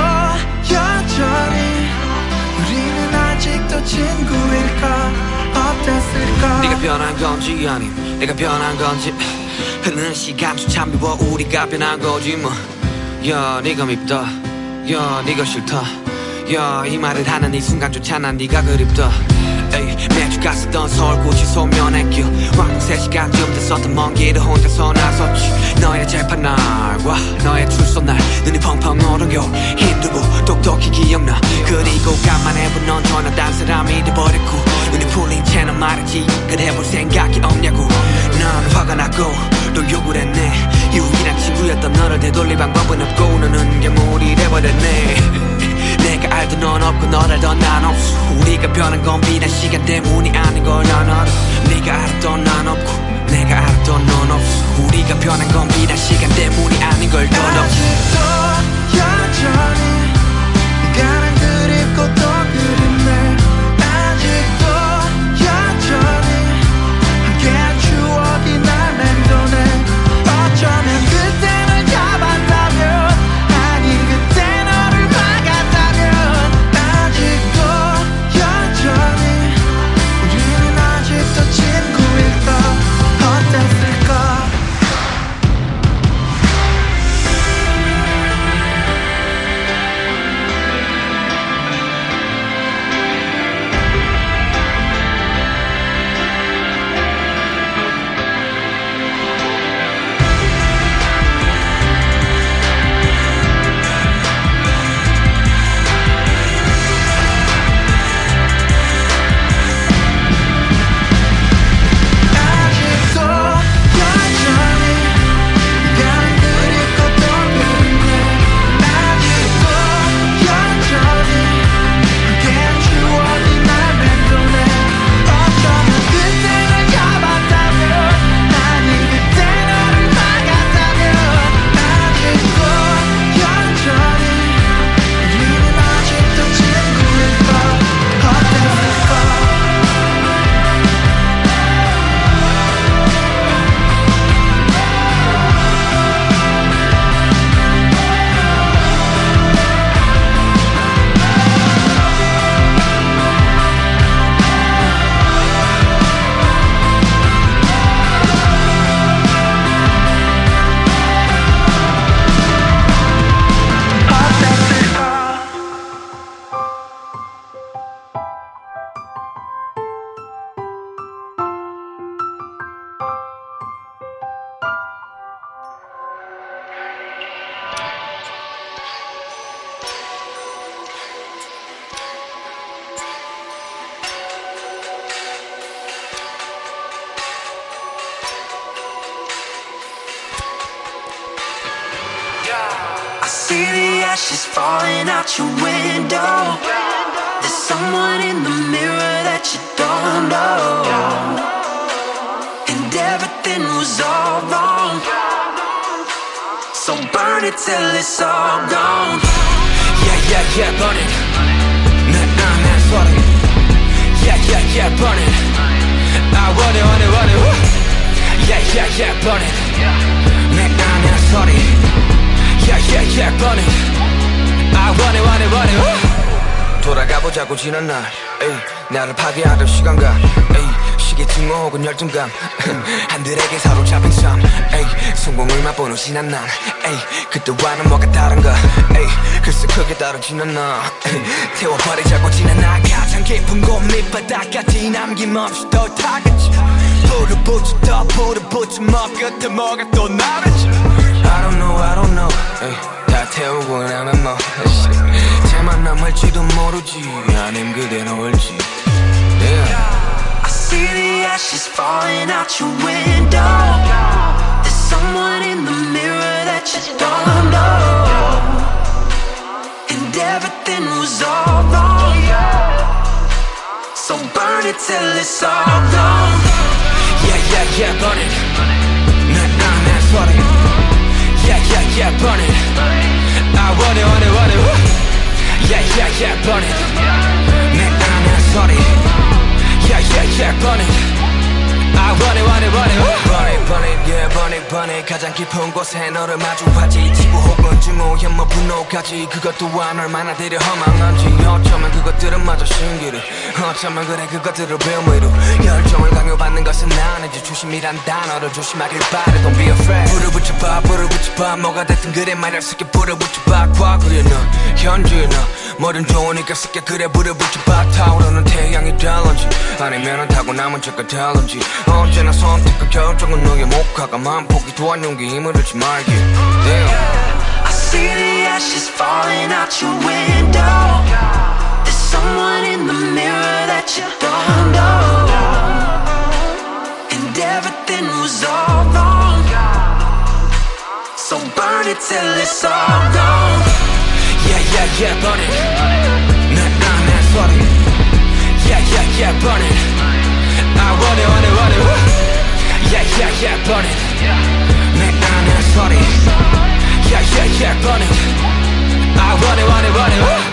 여전히 우리는 아직도 친구일까 어땠을까 네가 변한 건지 아님 내가 변한 건지 흐르는 시간조차 미워 우리가 변한 거지 뭐 야 네가 밉다 야 네가 싫다 야 이 말을 하는 이 순간조차 난 네가 그립다 에이, 매주 갔었던 서울고지 소면의 길 왕복 3시간쯤 됐었던 먼 길을 혼자서 나섰지 너의 재판 날과 너의 출소 날 눈이 펑펑 얼어요 힘들고 똑똑히 기억나 그리고 간만에 본 넌 전혀 딴 사람이 돼버렸고 눈이 풀린 채는 말했지 그래 볼 생각이 없냐고 난 화가 나고 또 욕을 했네 유일한 친구였던 너를 되돌릴 방법은 없고 너는 괴물이 돼버렸네 내가 알던 넌 없고 널 알던 난 없어 우리가 변한 건 비단 시간 때문이 아닌 걸 난 알아 네가 알았던 난 없고 내가 알았던 넌 없어 우리가 변한 건 비단 시간 때문이 아닌 걸 넌 없어 아직도 여전히 네가 난 그립고 또 그립네 아직도 여전히 함께한 추억이 날 맴도네 어쩌면 그때를 잡았다면 아니 그때 너를 막았다면 아직도 여전히 우리는 아직도 친구일까 see the ashes falling out your window. There's someone in the mirror that you don't know, and everything was all wrong. So burn it till it's all gone. Yeah, yeah, yeah, burn it. Nah, sorry. Yeah, yeah, yeah, burn it. I want it, want it, want it. Woo. Yeah, yeah, yeah, burn it. Nah, sorry. Yeah, yeah, yeah, burn it. I want it, want it, want it. Woo. 돌아가보자고 지난 날, 에이, 나를 파괴하던 시간과, 에이, 시계 증오 혹은 열정감, 한들에게 사로잡힌 삶, 에이, 성공을 맛보는 신한 난, 에이, 그때와는 뭐가 다른가, 에이, 글쎄 크게 다르지는 않아, 에이, 태워버리자고 지난 날 가장 깊은 곳 밑바닥까지 남김없이 더 타겠지. 불을 붙여 더 불을 붙여 뭐 끝에 뭐가 또 나를지. I don't know, 에이, 다 태우고 나면 뭐 제만 남을지도 모르지 아님 그대로 올지. Yeah. I see the ashes falling out your window. There's someone in the mirror that you don't know, and everything was all wrong. So burn it till it's all gone. Yeah, yeah, yeah, burn it. Nah, sorry. Yeah, yeah, yeah, burn it. I want it, want it, want it. Woo. Yeah, yeah, yeah, burn it. Nah, sorry. Yeah, yeah, yeah, burn it. I want it, want it, want it. Woo. Burn it, burn it, yeah, burn it, burn it. 가장 깊은 곳에 너를 마주하지. 지구 혹은 증오, 혐오, 분노까지. 그것 또한 얼마나 되려 허망한지. 어쩌면 그것들은 마저 신기루. 어쩌면 그래 그것들을 배움으로. 열정을 강요받는 것은 아니지. 조심이란 단어를 조심하길 바래. Don't be afraid. 불을 붙여봐, 불을 붙여봐. 뭐가 됐든 그래 말할 수 있게 불을 붙여봐. 과거에 너, 현재에 너. 뭐든 좋으니까 쉽게 그래 불을 붙여봐. 타오르는 태양이 될런지 아니면은 타고 남은 채가 될런지. 언제나 선택과 결정은 너의 목화가 만폭이 도안 용기 힘을 잃지 말게. I see the ashes falling out your window. There's someone in the mirror that you don't know, and everything was all wrong. So burn it till it's all gone. Yeah, yeah, yeah, burn it. Nah, sorry. Yeah, yeah, yeah, burn it. I want it, want it, want it. Woo. Yeah, yeah, yeah, burn it. Nah, sorry. Yeah, yeah, yeah, burn it. I want it, want it, want it. Woo.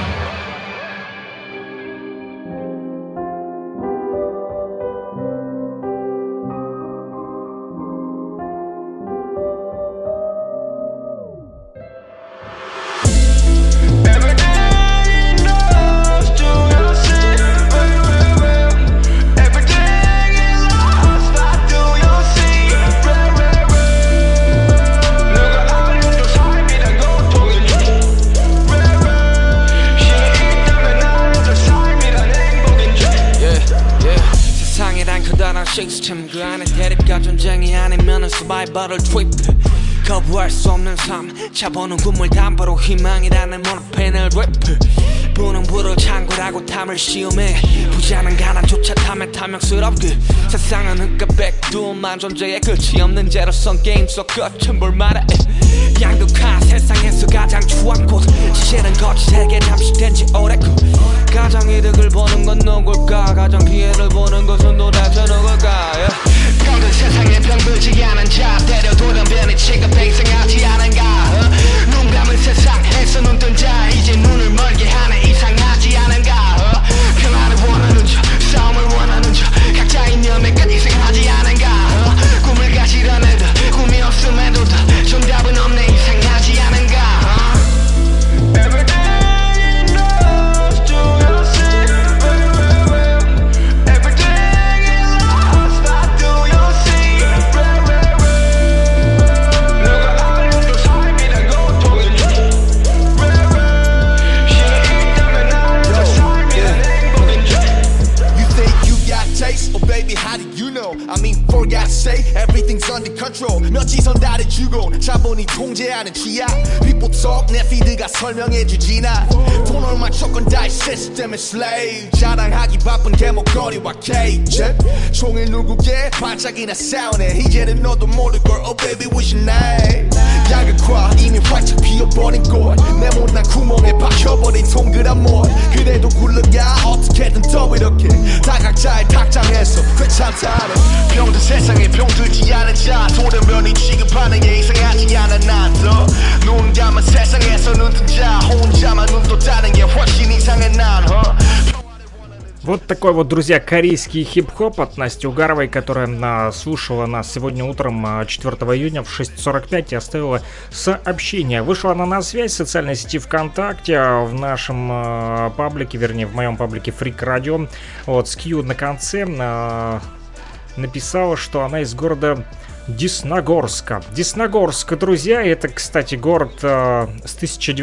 시스템 그 안에 대립과 전쟁이 아니면은 서바이벌을 트립. 거부할 수 없는 삶 차보는 꿈을 담보로 희망이라는 모노펜을 랩. 부는 불을 창고라고 탐을 시험해. 부자는 가난조차 탐에 탐욕스럽게. 세상은 흑과 백두만 존재의 끝이 없는 제로선 게임 속 끝은 볼만해. 양극화 세상에서 가장 추한 곳. 시실은 거짓에게 잠식된 지 오래고. 가장 이득을 보는 건 누굴까. 가장 피해를 보는 것은 도대체 누굴까. 병든 세상에 병들지 않은 자 때려 돌연변이 취급해 이상하지 않은가. 눈 감은 세상에서 눈 뜬 자 이제 눈을 멀게 하네. 이상하지 않은가. 평화를 원하는 자 싸움을 원하는 자 각자의 연애까지 이상하지 않은가. 꿈을 가지던 애들 꿈이 없음에도 다 정답은 없네. 이상하지 않은가. Every day you know under control 며칠 다른 주고 자본이 통제하는 취약 People talk 내 피드가 설명해주지 나 돈 얼마 조건 다이 시스템의 slave 자랑하기 바쁜 개목걸이와 케이지 종일 누구게 반짝이나 싸우네 이제는 너도 모를걸 Oh baby what's your name 야극화 이미 활짝 피어버린 꽃내 못난 구멍에 박혀버린 동그란 못 그래도 굴러가 어떻게든 더 이렇게 다 각자의 탁장에서 괜찮다는 병든 세상에 병들지 않은 자 돌연변이 취급하는 게 이상하지 않아 난더 눈 감은 세상에서 눈 뜬 자 혼자만 눈 떴다는 게 훨씬 이상해 난 Вот такой вот, друзья, корейский хип-хоп от Насти Угаровой, которая слушала нас сегодня утром 4 июня в 6:45 и оставила сообщение. Вышла она на связь в социальной сети ВКонтакте, в нашем паблике, вернее, в моем паблике Freak Radio, вот, с Q на конце, написала, что она из города Десногорска. Десногорск, друзья, это, кстати, город с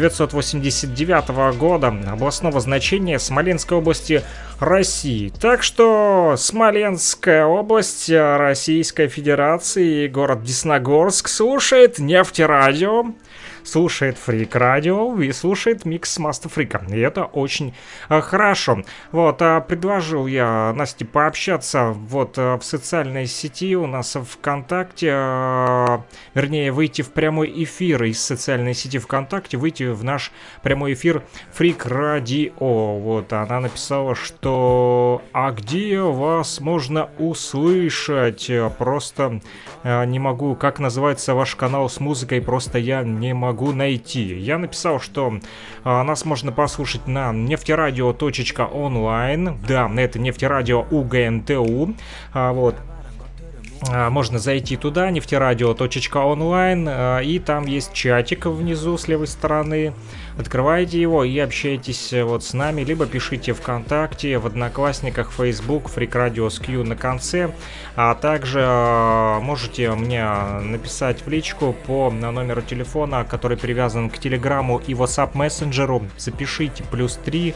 1989 года, областного значения Смоленской области России. Так что Смоленская область Российской Федерации, город Десногорск слушает Нефтерадио, слушает Freak Radio и слушает микс Master Freak. И это очень хорошо. Вот, предложил я Насте пообщаться вот в социальной сети у нас ВКонтакте, вернее, выйти в прямой эфир из социальной сети ВКонтакте, выйти в наш прямой эфир Freak Radio. Вот, она написала, что «А где вас можно услышать? Просто не могу, как называется ваш канал с музыкой, просто я не могу найти». Я написал, что нас можно послушать на нефтерадио.онлайн. Да, это нефтерадио УГНТУ. Вот. Можно зайти туда, нефтерадио.онлайн, и там есть чатик внизу с левой стороны. Открывайте его и общайтесь вот с нами, либо пишите ВКонтакте, в Одноклассниках, Facebook, Freak Radio с Q на конце, а также можете мне написать в личку по номеру телефона, который привязан к Телеграму и WhatsApp мессенджеру. Запишите +3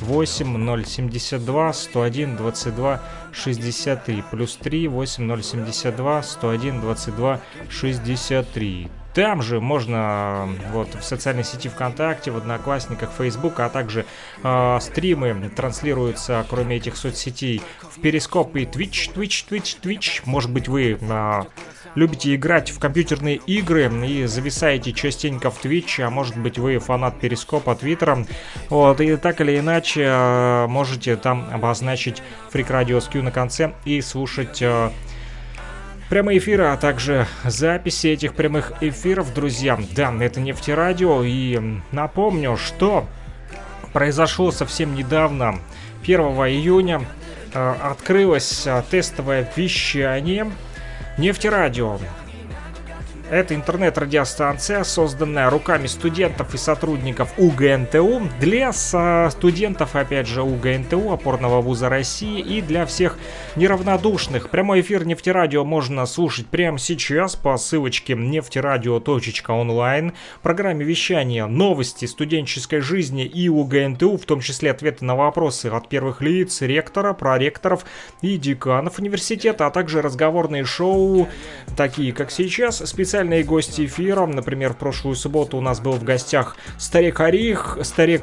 8072 101 22 63, +3 8072 101 22 63. Там же можно вот в социальной сети ВКонтакте, в Одноклассниках, Facebook, а также стримы транслируются, кроме этих соцсетей, в Перископ и Twitch. Может быть, вы любите играть в компьютерные игры и зависаете частенько в Twitch, а может быть, вы фанат Перископа, Твиттера. Вот, и так или иначе можете там обозначить Freak Radio с Q на конце и слушать прямые эфиры, а также записи этих прямых эфиров, друзья. Да, это Нефтерадио, и напомню, что произошло совсем недавно, 1 июня, открылось тестовое вещание Нефтерадио. Это интернет-радиостанция, созданная руками студентов и сотрудников УГНТУ для студентов, опять же, УГНТУ, опорного вуза России, и для всех неравнодушных. Прямой эфир Нефтерадио можно слушать прямо сейчас по ссылочке нефтерадио.онлайн. В программе вещания новости студенческой жизни и УГНТУ, в том числе ответы на вопросы от первых лиц, ректора, проректоров и деканов университета, а также разговорные шоу, такие как сейчас, специальные гости эфира. Например, в прошлую субботу у нас был в гостях Старик Орех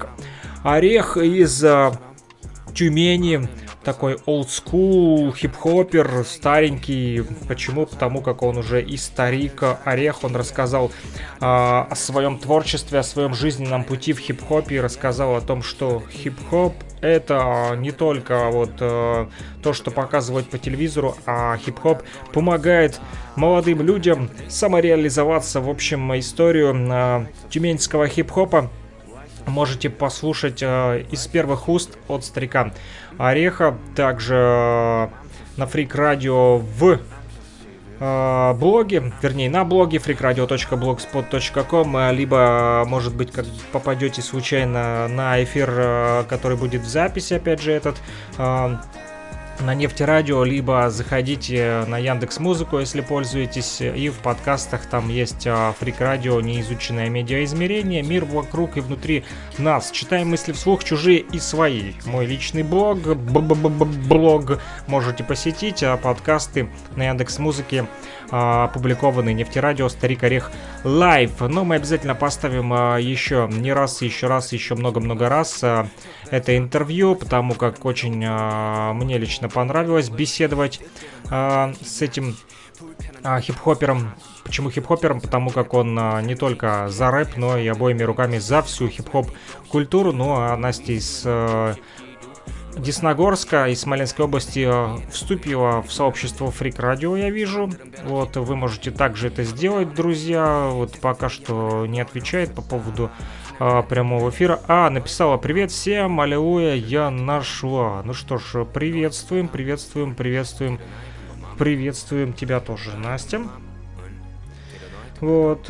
из Тюмени. Такой олдскул, хип-хопер, старенький. Почему? Потому как он уже и старик Орех. Он рассказал о своем творчестве, о своем жизненном пути в хип-хопе. И рассказал о том, что хип-хоп — это не только вот то, что показывают по телевизору, а хип-хоп помогает молодым людям самореализоваться. В общем, историю тюменского хип-хопа можете послушать из первых уст от старика Ореха. Также на Freak Radio в блоге, вернее на блоге freakradio.blogspot.com, либо, может быть, как попадете случайно на эфир, который будет в записи, опять же, этот на Нефтерадио, либо заходите на Яндекс.Музыку, если пользуетесь, и в подкастах там есть Freak Radio, неизученное медиаизмерение, мир вокруг и внутри нас. Читаем мысли вслух, чужие и свои. Мой личный блог можете посетить, а подкасты на Яндекс.Музыке опубликованный Нефтерадио «Старик Орех Лайв». Но мы обязательно поставим еще не раз, еще много-много раз это интервью, потому как очень мне лично понравилось беседовать с этим хип-хопером. Почему хип-хопером? Потому как он не только за рэп, но и обоими руками за всю хип-хоп-культуру. Ну а Настя из Десногорска, из Смоленской области вступила в сообщество Фрик Радио, я вижу. Вот, вы можете также это сделать, друзья. Вот пока что не отвечает по поводу прямого эфира. Написала: привет всем, аллилуйя, я нашла. Ну что ж, приветствуем тебя тоже, Настя. Вот,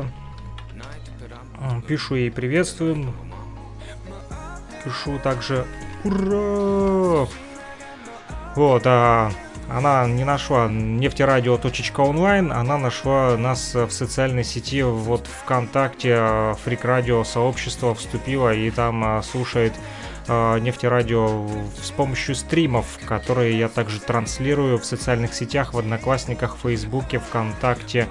пишу ей приветствуем. Пишу также ура! Вот, она не нашла нефтерадио.онлайн, она нашла нас в социальной сети, вот ВКонтакте, Фрик Радио сообщество, вступила и там слушает Нефтерадио с помощью стримов, которые я также транслирую в социальных сетях, в Одноклассниках, в Фейсбуке, ВКонтакте.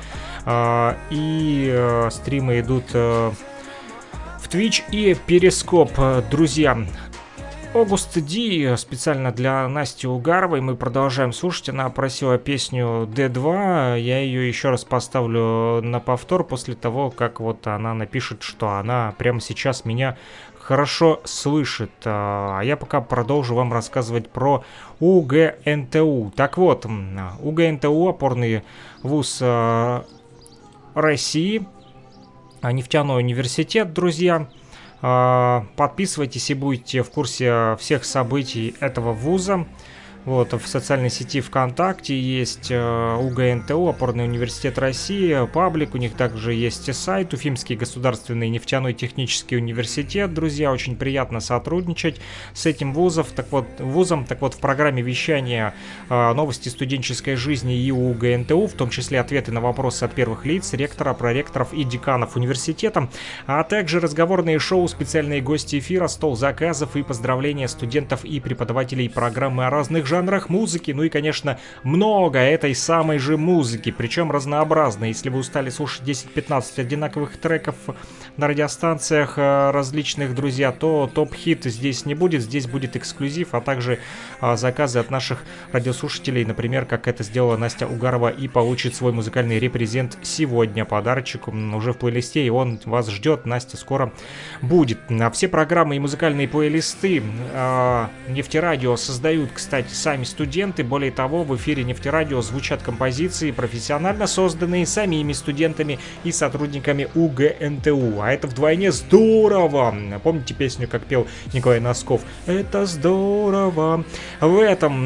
И стримы идут в Twitch и Перископ, друзья. Огуст Ди специально для Насти Угаровой мы продолжаем слушать. Она просила песню D2. Я ее еще раз поставлю на повтор после того, как вот она напишет, что она прямо сейчас меня хорошо слышит. А я пока продолжу вам рассказывать про УГНТУ. Так вот, УГНТУ — опорный вуз России, нефтяной университет, друзья. Подписывайтесь и будете в курсе всех событий этого вуза. Вот, в социальной сети ВКонтакте есть УГНТУ, опорный университет России, паблик, у них также есть сайт, Уфимский государственный нефтяной технический университет. Друзья, очень приятно сотрудничать с этим вузом. Так вот, в программе вещания новости студенческой жизни и УГНТУ, в том числе ответы на вопросы от первых лиц, ректора, проректоров и деканов университета, а также разговорные шоу, специальные гости эфира, стол заказов и поздравления студентов и преподавателей программы о разных жанрах музыки, ну и, конечно, много этой самой же музыки, причем разнообразной. Если вы устали слушать 10-15 одинаковых треков на радиостанциях различных, друзья, то топ-хит здесь не будет, здесь будет эксклюзив, а также заказы от наших радиослушателей, например, как это сделала Настя Угарова, и получит свой музыкальный репрезент сегодня. Подарочек уже в плейлисте, и он вас ждет. Настя скоро будет. Все программы и музыкальные плейлисты Нефтерадио создают, кстати, сами студенты. Более того, в эфире Нефтерадио звучат композиции, профессионально созданные самими студентами и сотрудниками УГНТУ. А это вдвойне здорово. Помните песню, как пел Николай Носков? Это здорово. В этом,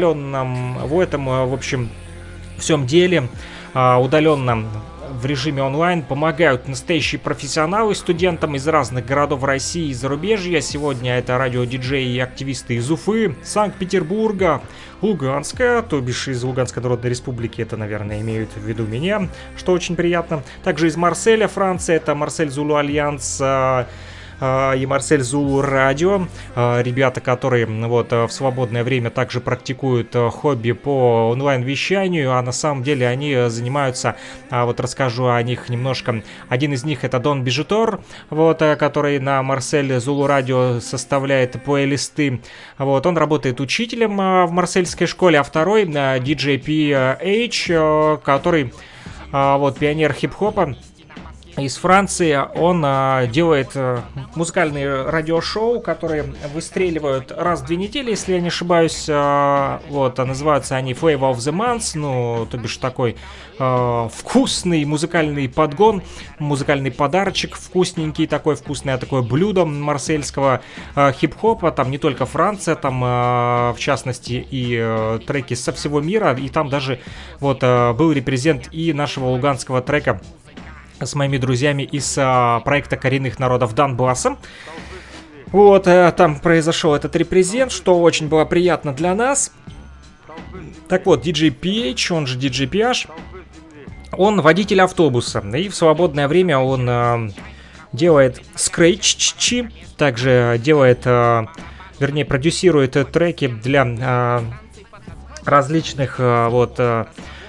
в общем, всем деле, удаленно в режиме онлайн помогают настоящие профессионалы студентам из разных городов России и зарубежья. Сегодня это радиодиджеи и активисты из Уфы, Санкт-Петербурга, Луганска, то бишь из Луганской Народной Республики, это, наверное, имеют в виду меня, что очень приятно. Также из Марселя, Франция, это Марсель Зулу Альянс и Марсель Зулу Радио. Ребята, которые вот в свободное время также практикуют хобби по онлайн-вещанию, а на самом деле они занимаются, вот расскажу о них немножко. Один из них — это Дон Бижутор, вот, который на Марсель Зулу Радио составляет плейлисты. Вот, он работает учителем в марсельской школе, а второй — DJ PH, который вот пионер хип-хопа из Франции. Он делает музыкальные радиошоу, которые выстреливают раз в 2 недели, если я не ошибаюсь. Вот, называются они Flavor of the Month, ну, то бишь такой вкусный музыкальный подгон, музыкальный подарочек, вкусненький такой, вкусное такое блюдо марсельского хип-хопа. Там не только Франция, там в частности и треки со всего мира, и там даже вот был репрезент и нашего луганского трека с моими друзьями из проекта коренных народов Донбасса. Вот, там произошел этот репрезент, что очень было приятно для нас. Так вот, DJ PH, он же DJ PH, он водитель автобуса, и в свободное время он делает скретчи, также делает, вернее, продюсирует треки для различных вот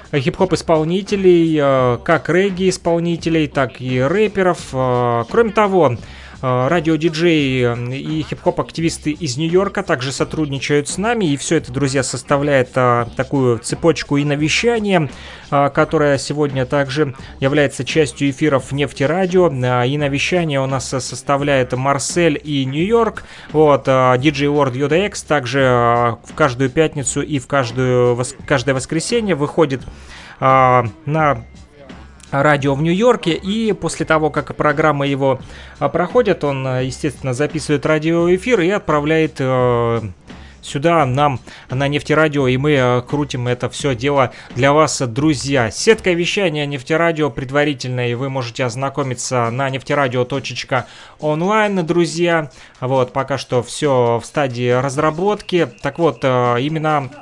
хип-хоп исполнителей, как регги-исполнителей, так и рэперов. Кроме того, радиодиджеи и хип-хоп-активисты из Нью-Йорка также сотрудничают с нами, и все это, друзья, составляет такую цепочку и навещания, которая сегодня также является частью эфиров Нефтерадио. И навещание у нас составляет Марсель и Нью-Йорк. Вот, DJ World UDX также в каждую пятницу и в каждое воскресенье выходит на радио в Нью-Йорке, и после того, как программа его проходит, он, естественно, записывает радиоэфир и отправляет сюда нам на Нефтерадио, и мы крутим это все дело для вас, друзья. Сетка вещания Нефтерадио предварительно, и вы можете ознакомиться на нефтерадио.онлайн, друзья. Вот, пока что все в стадии разработки. Так вот, именно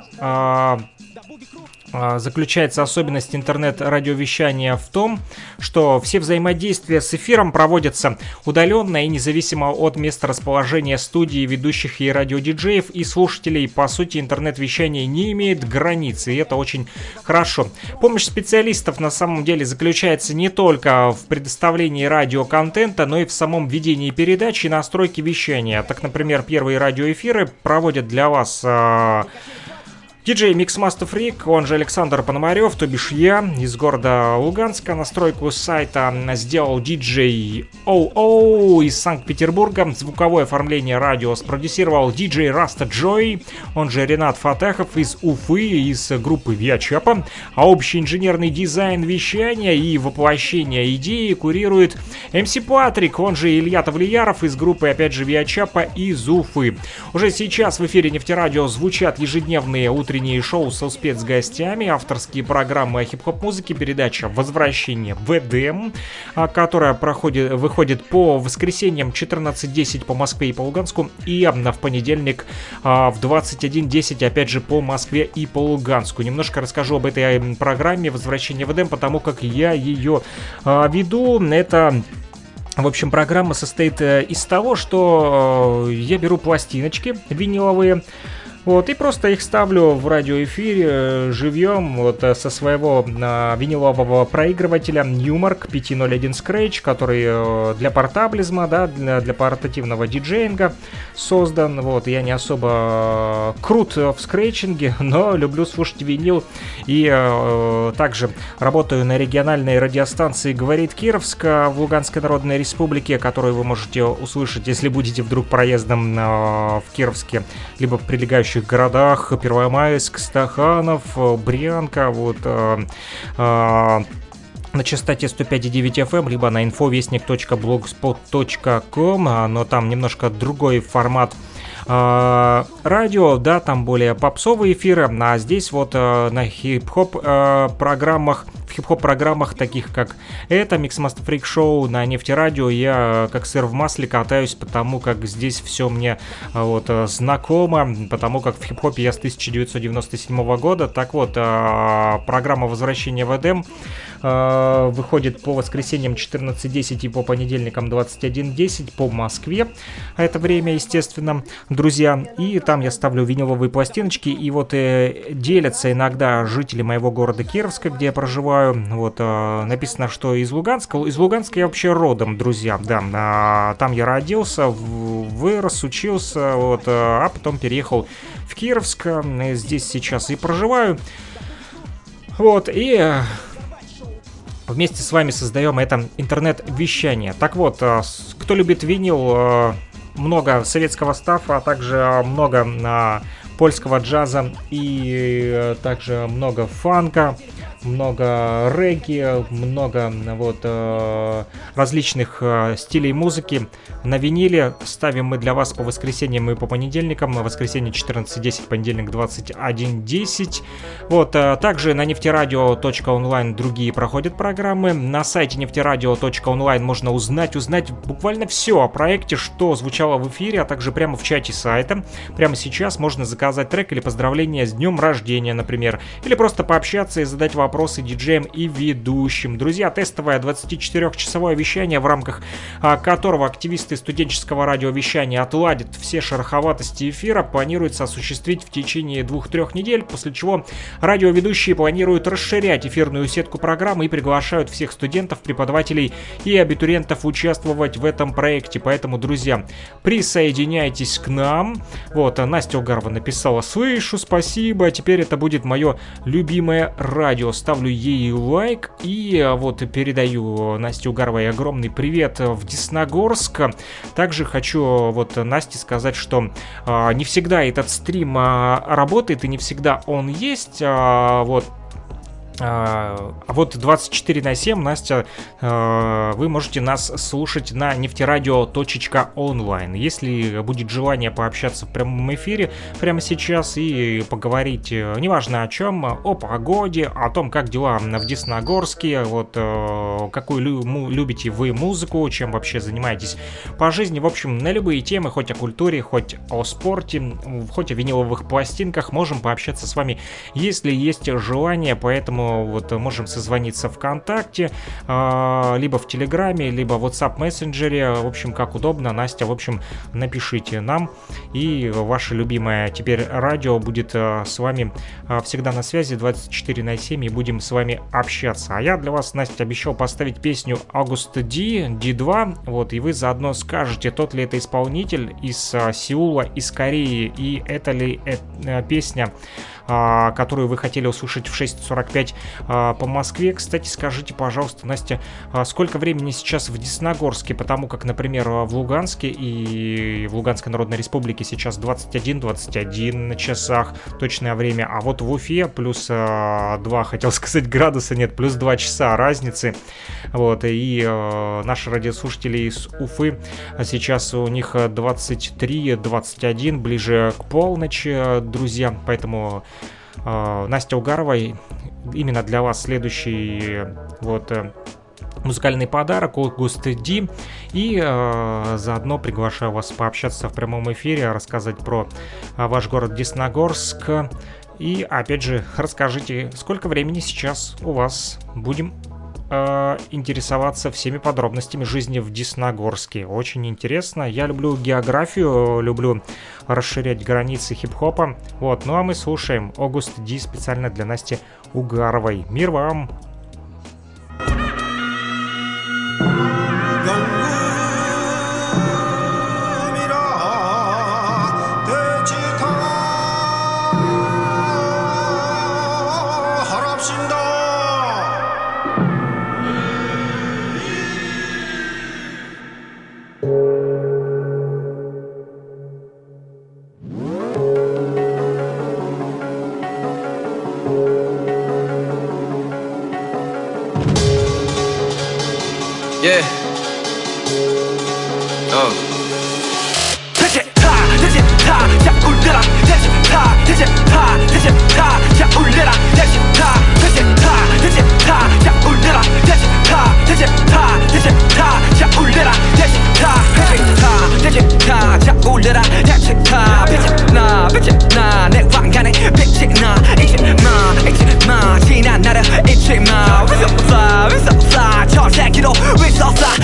заключается особенность интернет-радиовещания в том, что все взаимодействия с эфиром проводятся удаленно и независимо от места расположения студии, ведущих и радиодиджеев, и слушателей. По сути, интернет-вещание не имеет границ, и это очень хорошо. Помощь специалистов на самом деле заключается не только в предоставлении радиоконтента, но и в самом ведении передачи и настройке вещания. Так, например, первые радиоэфиры проводят для вас диджей Mixmaster Freak, он же Александр Пономарев, то бишь я, из города Луганска. Настройку сайта сделал диджей OO из Санкт-Петербурга. Звуковое оформление радио спродюсировал диджей Раста Джой, он же Ренат Фатахов из Уфы, из группы Виачапа. А общий инженерный дизайн вещания и воплощение идеи курирует МС Патрик, он же Илья Тавлияров из группы, опять же, Виачапа из Уфы. Уже сейчас в эфире Нефтерадио звучат ежедневные утренние шоу со спецгостями, авторские программы о хип-хоп-музыке, передача «Возвращение в Эдем», которая выходит по воскресеньям 14:10 по Москве и по Луганску, и в понедельник в 21:10 опять же по Москве и по Луганску. Немножко расскажу об этой программе «Возвращение в Эдем», потому как я ее веду. Это... В общем, программа состоит из того, что я беру пластиночки виниловые, вот, и просто их ставлю в радиоэфире живьем вот, со своего винилового проигрывателя Newmark 501 Scratch, который для портаблизма, да, для портативного диджеинга создан. Вот, я не особо крут в скретчинге, но люблю слушать винил. И также работаю на региональной радиостанции «Говорит Кировск» в Луганской Народной Республике, которую вы можете услышать, если будете вдруг проездом в Кировске, либо в прилегающих городах: Первомайск, Стаханов, Брянка, вот, на частоте 105,9 FM, либо на infovestnik.blogspot.com, но там немножко другой формат радио, да, там более попсовые эфиры, а здесь вот на хип-хоп программах, в хип-хоп-программах, таких как это, Mixmaster Freak Show на Нефтерадио, я как сыр в масле катаюсь, потому как здесь все мне вот знакомо, потому как в хип-хопе я с 1997 года. Так вот, программа «Возвращение в Эдем» выходит по воскресеньям 14:10 и по понедельникам 21:10 по Москве. Это время, естественно, друзья. И там я ставлю виниловые пластиночки. И вот делятся иногда жители моего города Кировска, где я проживаю. Вот написано, что из Луганска. Из Луганска я вообще родом, друзья. Да, там я родился, вырос, учился, вот, а потом переехал в Кировск. Здесь сейчас и проживаю. Вот, и вместе с вами создаем это интернет-вещание. Так вот, кто любит винил, много советского стафа, а также много польского джаза и также много фанка, много регги, много вот различных стилей музыки. На виниле ставим мы для вас по воскресеньям и по понедельникам. На воскресенье 14:10, понедельник 21:10. Вот, также на нефтерадио.онлайн другие проходят программы. На сайте нефтерадио.онлайн можно узнать буквально все о проекте, что звучало в эфире, а также прямо в чате сайта. Прямо сейчас можно заказать трек или поздравление с днем рождения, например, или просто пообщаться и задать вопросы вопросы диджеем и ведущим. Друзья, тестовое 24-часовое вещание, в рамках которого активисты студенческого радиовещания отладят все шероховатости эфира, планируется осуществить в течение 2-3 недель, после чего радиоведущие планируют расширять эфирную сетку программы и приглашают всех студентов, преподавателей и абитуриентов участвовать в этом проекте. Поэтому, друзья, присоединяйтесь к нам. Вот, Настя Угарова написала: слышу, спасибо, теперь это будет мое любимое радио. Ставлю ей лайк и вот передаю Насте Угаровой огромный привет в Десногорск. Также хочу вот Насте сказать, что не всегда этот стрим работает и не всегда он есть. Вот 24/7, Настя, вы можете нас слушать на нефтерадио.онлайн. Если будет желание пообщаться в прямом эфире прямо сейчас и поговорить, неважно о чем, о погоде, о том, как дела в Десногорске, вот какую любите вы музыку, чем вообще занимаетесь по жизни, в общем, на любые темы, хоть о культуре, хоть о спорте, хоть о виниловых пластинках, можем пообщаться с вами, если есть желание. Поэтому вот можем созвониться ВКонтакте, либо в Телеграме, либо в WhatsApp мессенджере, в общем, как удобно. Настя, в общем, напишите нам, и ваше любимое теперь радио будет с вами всегда на связи 24/7, и будем с вами общаться. А я для вас, Настя, обещал поставить песню August D, D2, вот, и вы заодно скажете, тот ли это исполнитель из Сеула, из Кореи, и это ли песня, которую вы хотели услышать в 6:45 по Москве. Кстати, скажите, пожалуйста, Настя, сколько времени сейчас в Десногорске, потому как, например, в Луганске и в Луганской Народной Республике сейчас 21:21 на часах точное время, а вот в Уфе плюс 2, хотел сказать, градуса, нет, плюс 2 часа разницы. Вот, и наши радиослушатели из Уфы, сейчас у них 23:21, ближе к полночи, друзья, поэтому Настя Угаровой, именно для вас следующий вот музыкальный подарок August D, и заодно приглашаю вас пообщаться в прямом эфире, рассказать про ваш город Десногорск, и опять же расскажите, сколько времени сейчас у вас. Будем интересоваться всеми подробностями жизни в Десногорске. Очень интересно. Я люблю географию, люблю расширять границы хип-хопа. Вот, ну а мы слушаем August D специально для Насти Угаровой. Мир вам! Yeah. 지난 나를 잊지 마. We so fly, we so fly. 저 새끼도 we so fly.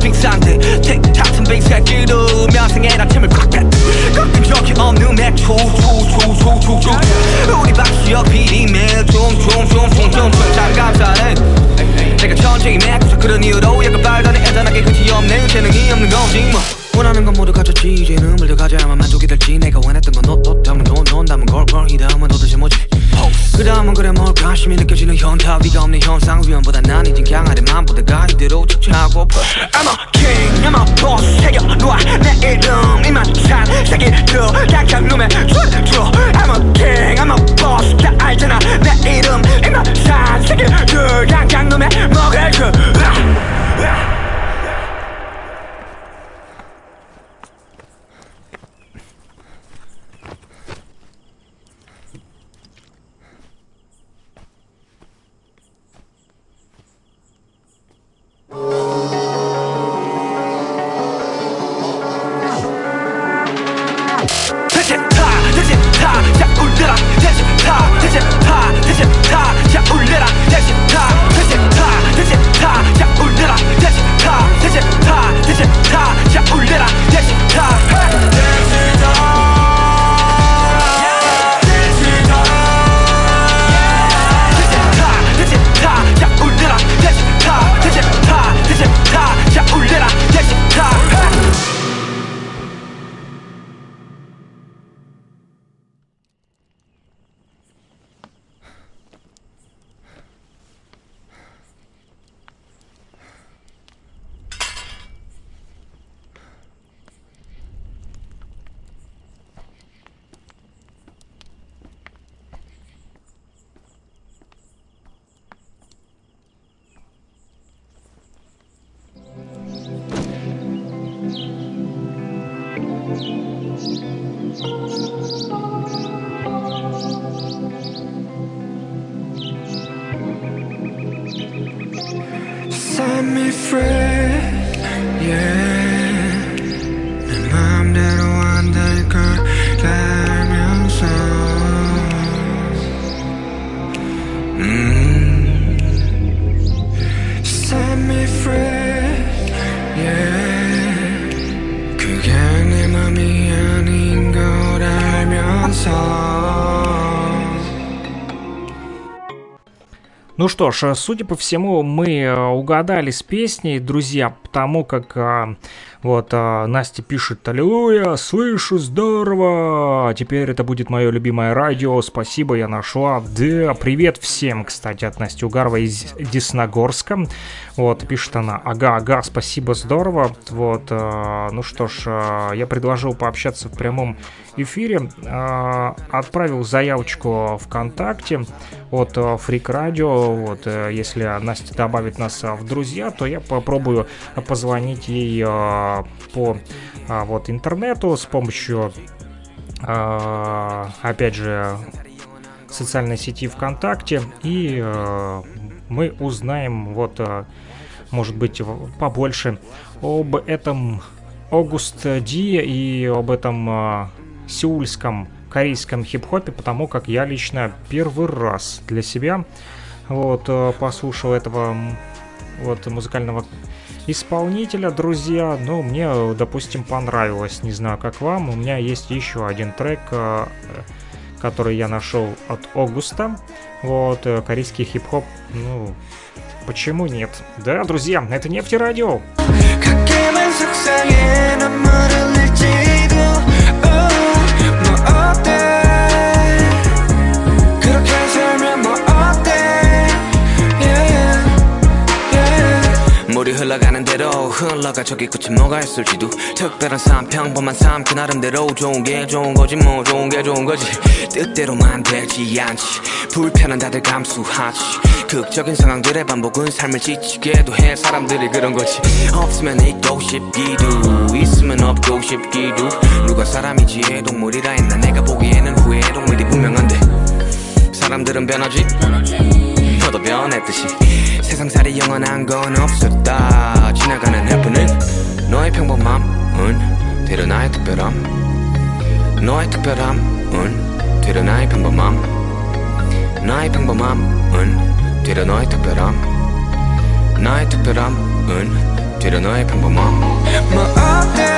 빙상들 틱 같은 빙새끼도 명생의 아침을 꽉 꺾인 적이 없는 맥주 우리 박수역 비리맨 퉁퉁퉁퉁퉁퉁 참 감사해 내가 천재인 맥주 그런 이유로 약간 발단에 애잔하게 끝이 없는 재능이 없는 거지 뭐 원하는 건 모두 가졌지 이제는 물들 가져야만 만족이 될지 내가 원했던 건 너 다음은 돈 다음은 걸 이 다음은 도대체 뭐지 그 다음은 그래 뭘 관심이 느껴지는 현타 위가 없는 현상 위험보다 난 이젠 강하리만 보다가 이대로 척취하고 I'm a king I'm a boss 새겨놓아 내 이름 이만 산 새끼들 약한 놈의 줄줄 I'm a king I'm a boss 다 알잖아 내 이름 이만 산 새끼들 약한 놈의 먹을 그 Set me free, yeah. 내 맘대로 안 될 걸 알면서 Set me free, yeah. 그게 내 맘이 아닌 걸 알면서. Ну что ж, судя по всему, мы угадали с песней, друзья, потому как Настя пишет: «Аллилуйя, слышу, здорово, теперь это будет мое любимое радио, спасибо, я нашла». Да, привет всем, кстати, от Насти Угаровой из Десногорска. Пишет она: ага, спасибо, здорово. Ну что ж, я предложил пообщаться в прямом эфире, отправил заявочку ВКонтакте от Freak Radio. Если Настя добавит нас в друзья, то я попробую позвонить ей по интернету с помощью, опять же, социальной сети ВКонтакте, и мы узнаем, может быть, побольше об этом Auguste D и об этом сеульском корейском хип-хопе, потому как я лично первый раз для себя послушал этого музыкального исполнителя, друзья. Но мне, допустим, понравилось. Не знаю, как вам. У меня есть еще один трек, который я нашел от Augusta. Корейский хип-хоп. Почему нет? Да, друзья, это Нефтерадио. 물이 흘러가는 대로 흘러가 저기 끝이 뭐가 있을지도 특별한 삶 평범한 삶 그 나름대로 좋은 게 좋은 거지 뭐 좋은 게 좋은 거지 뜻대로만 되지 않지 불편한 다들 감수하지 극적인 상황들의 반복은 삶을 지치게도 해 사람들이 그런 거지 없으면 있고 싶기도 있으면 없고 싶기도 누가 사람이지 동물이라 했나 내가 보기에는 후회의 동물이 분명한데 사람들은 변하지 너도 변했듯이 세상살이 영원한 건 없었다 지나가는 해프닝 너의 평범함은 되려 나의 특별함 너의 특별함은 되려 나의 평범함 나의 평범함은 되려 너의 특별함 나의 특별함은 되려 너의 평범함 뭐해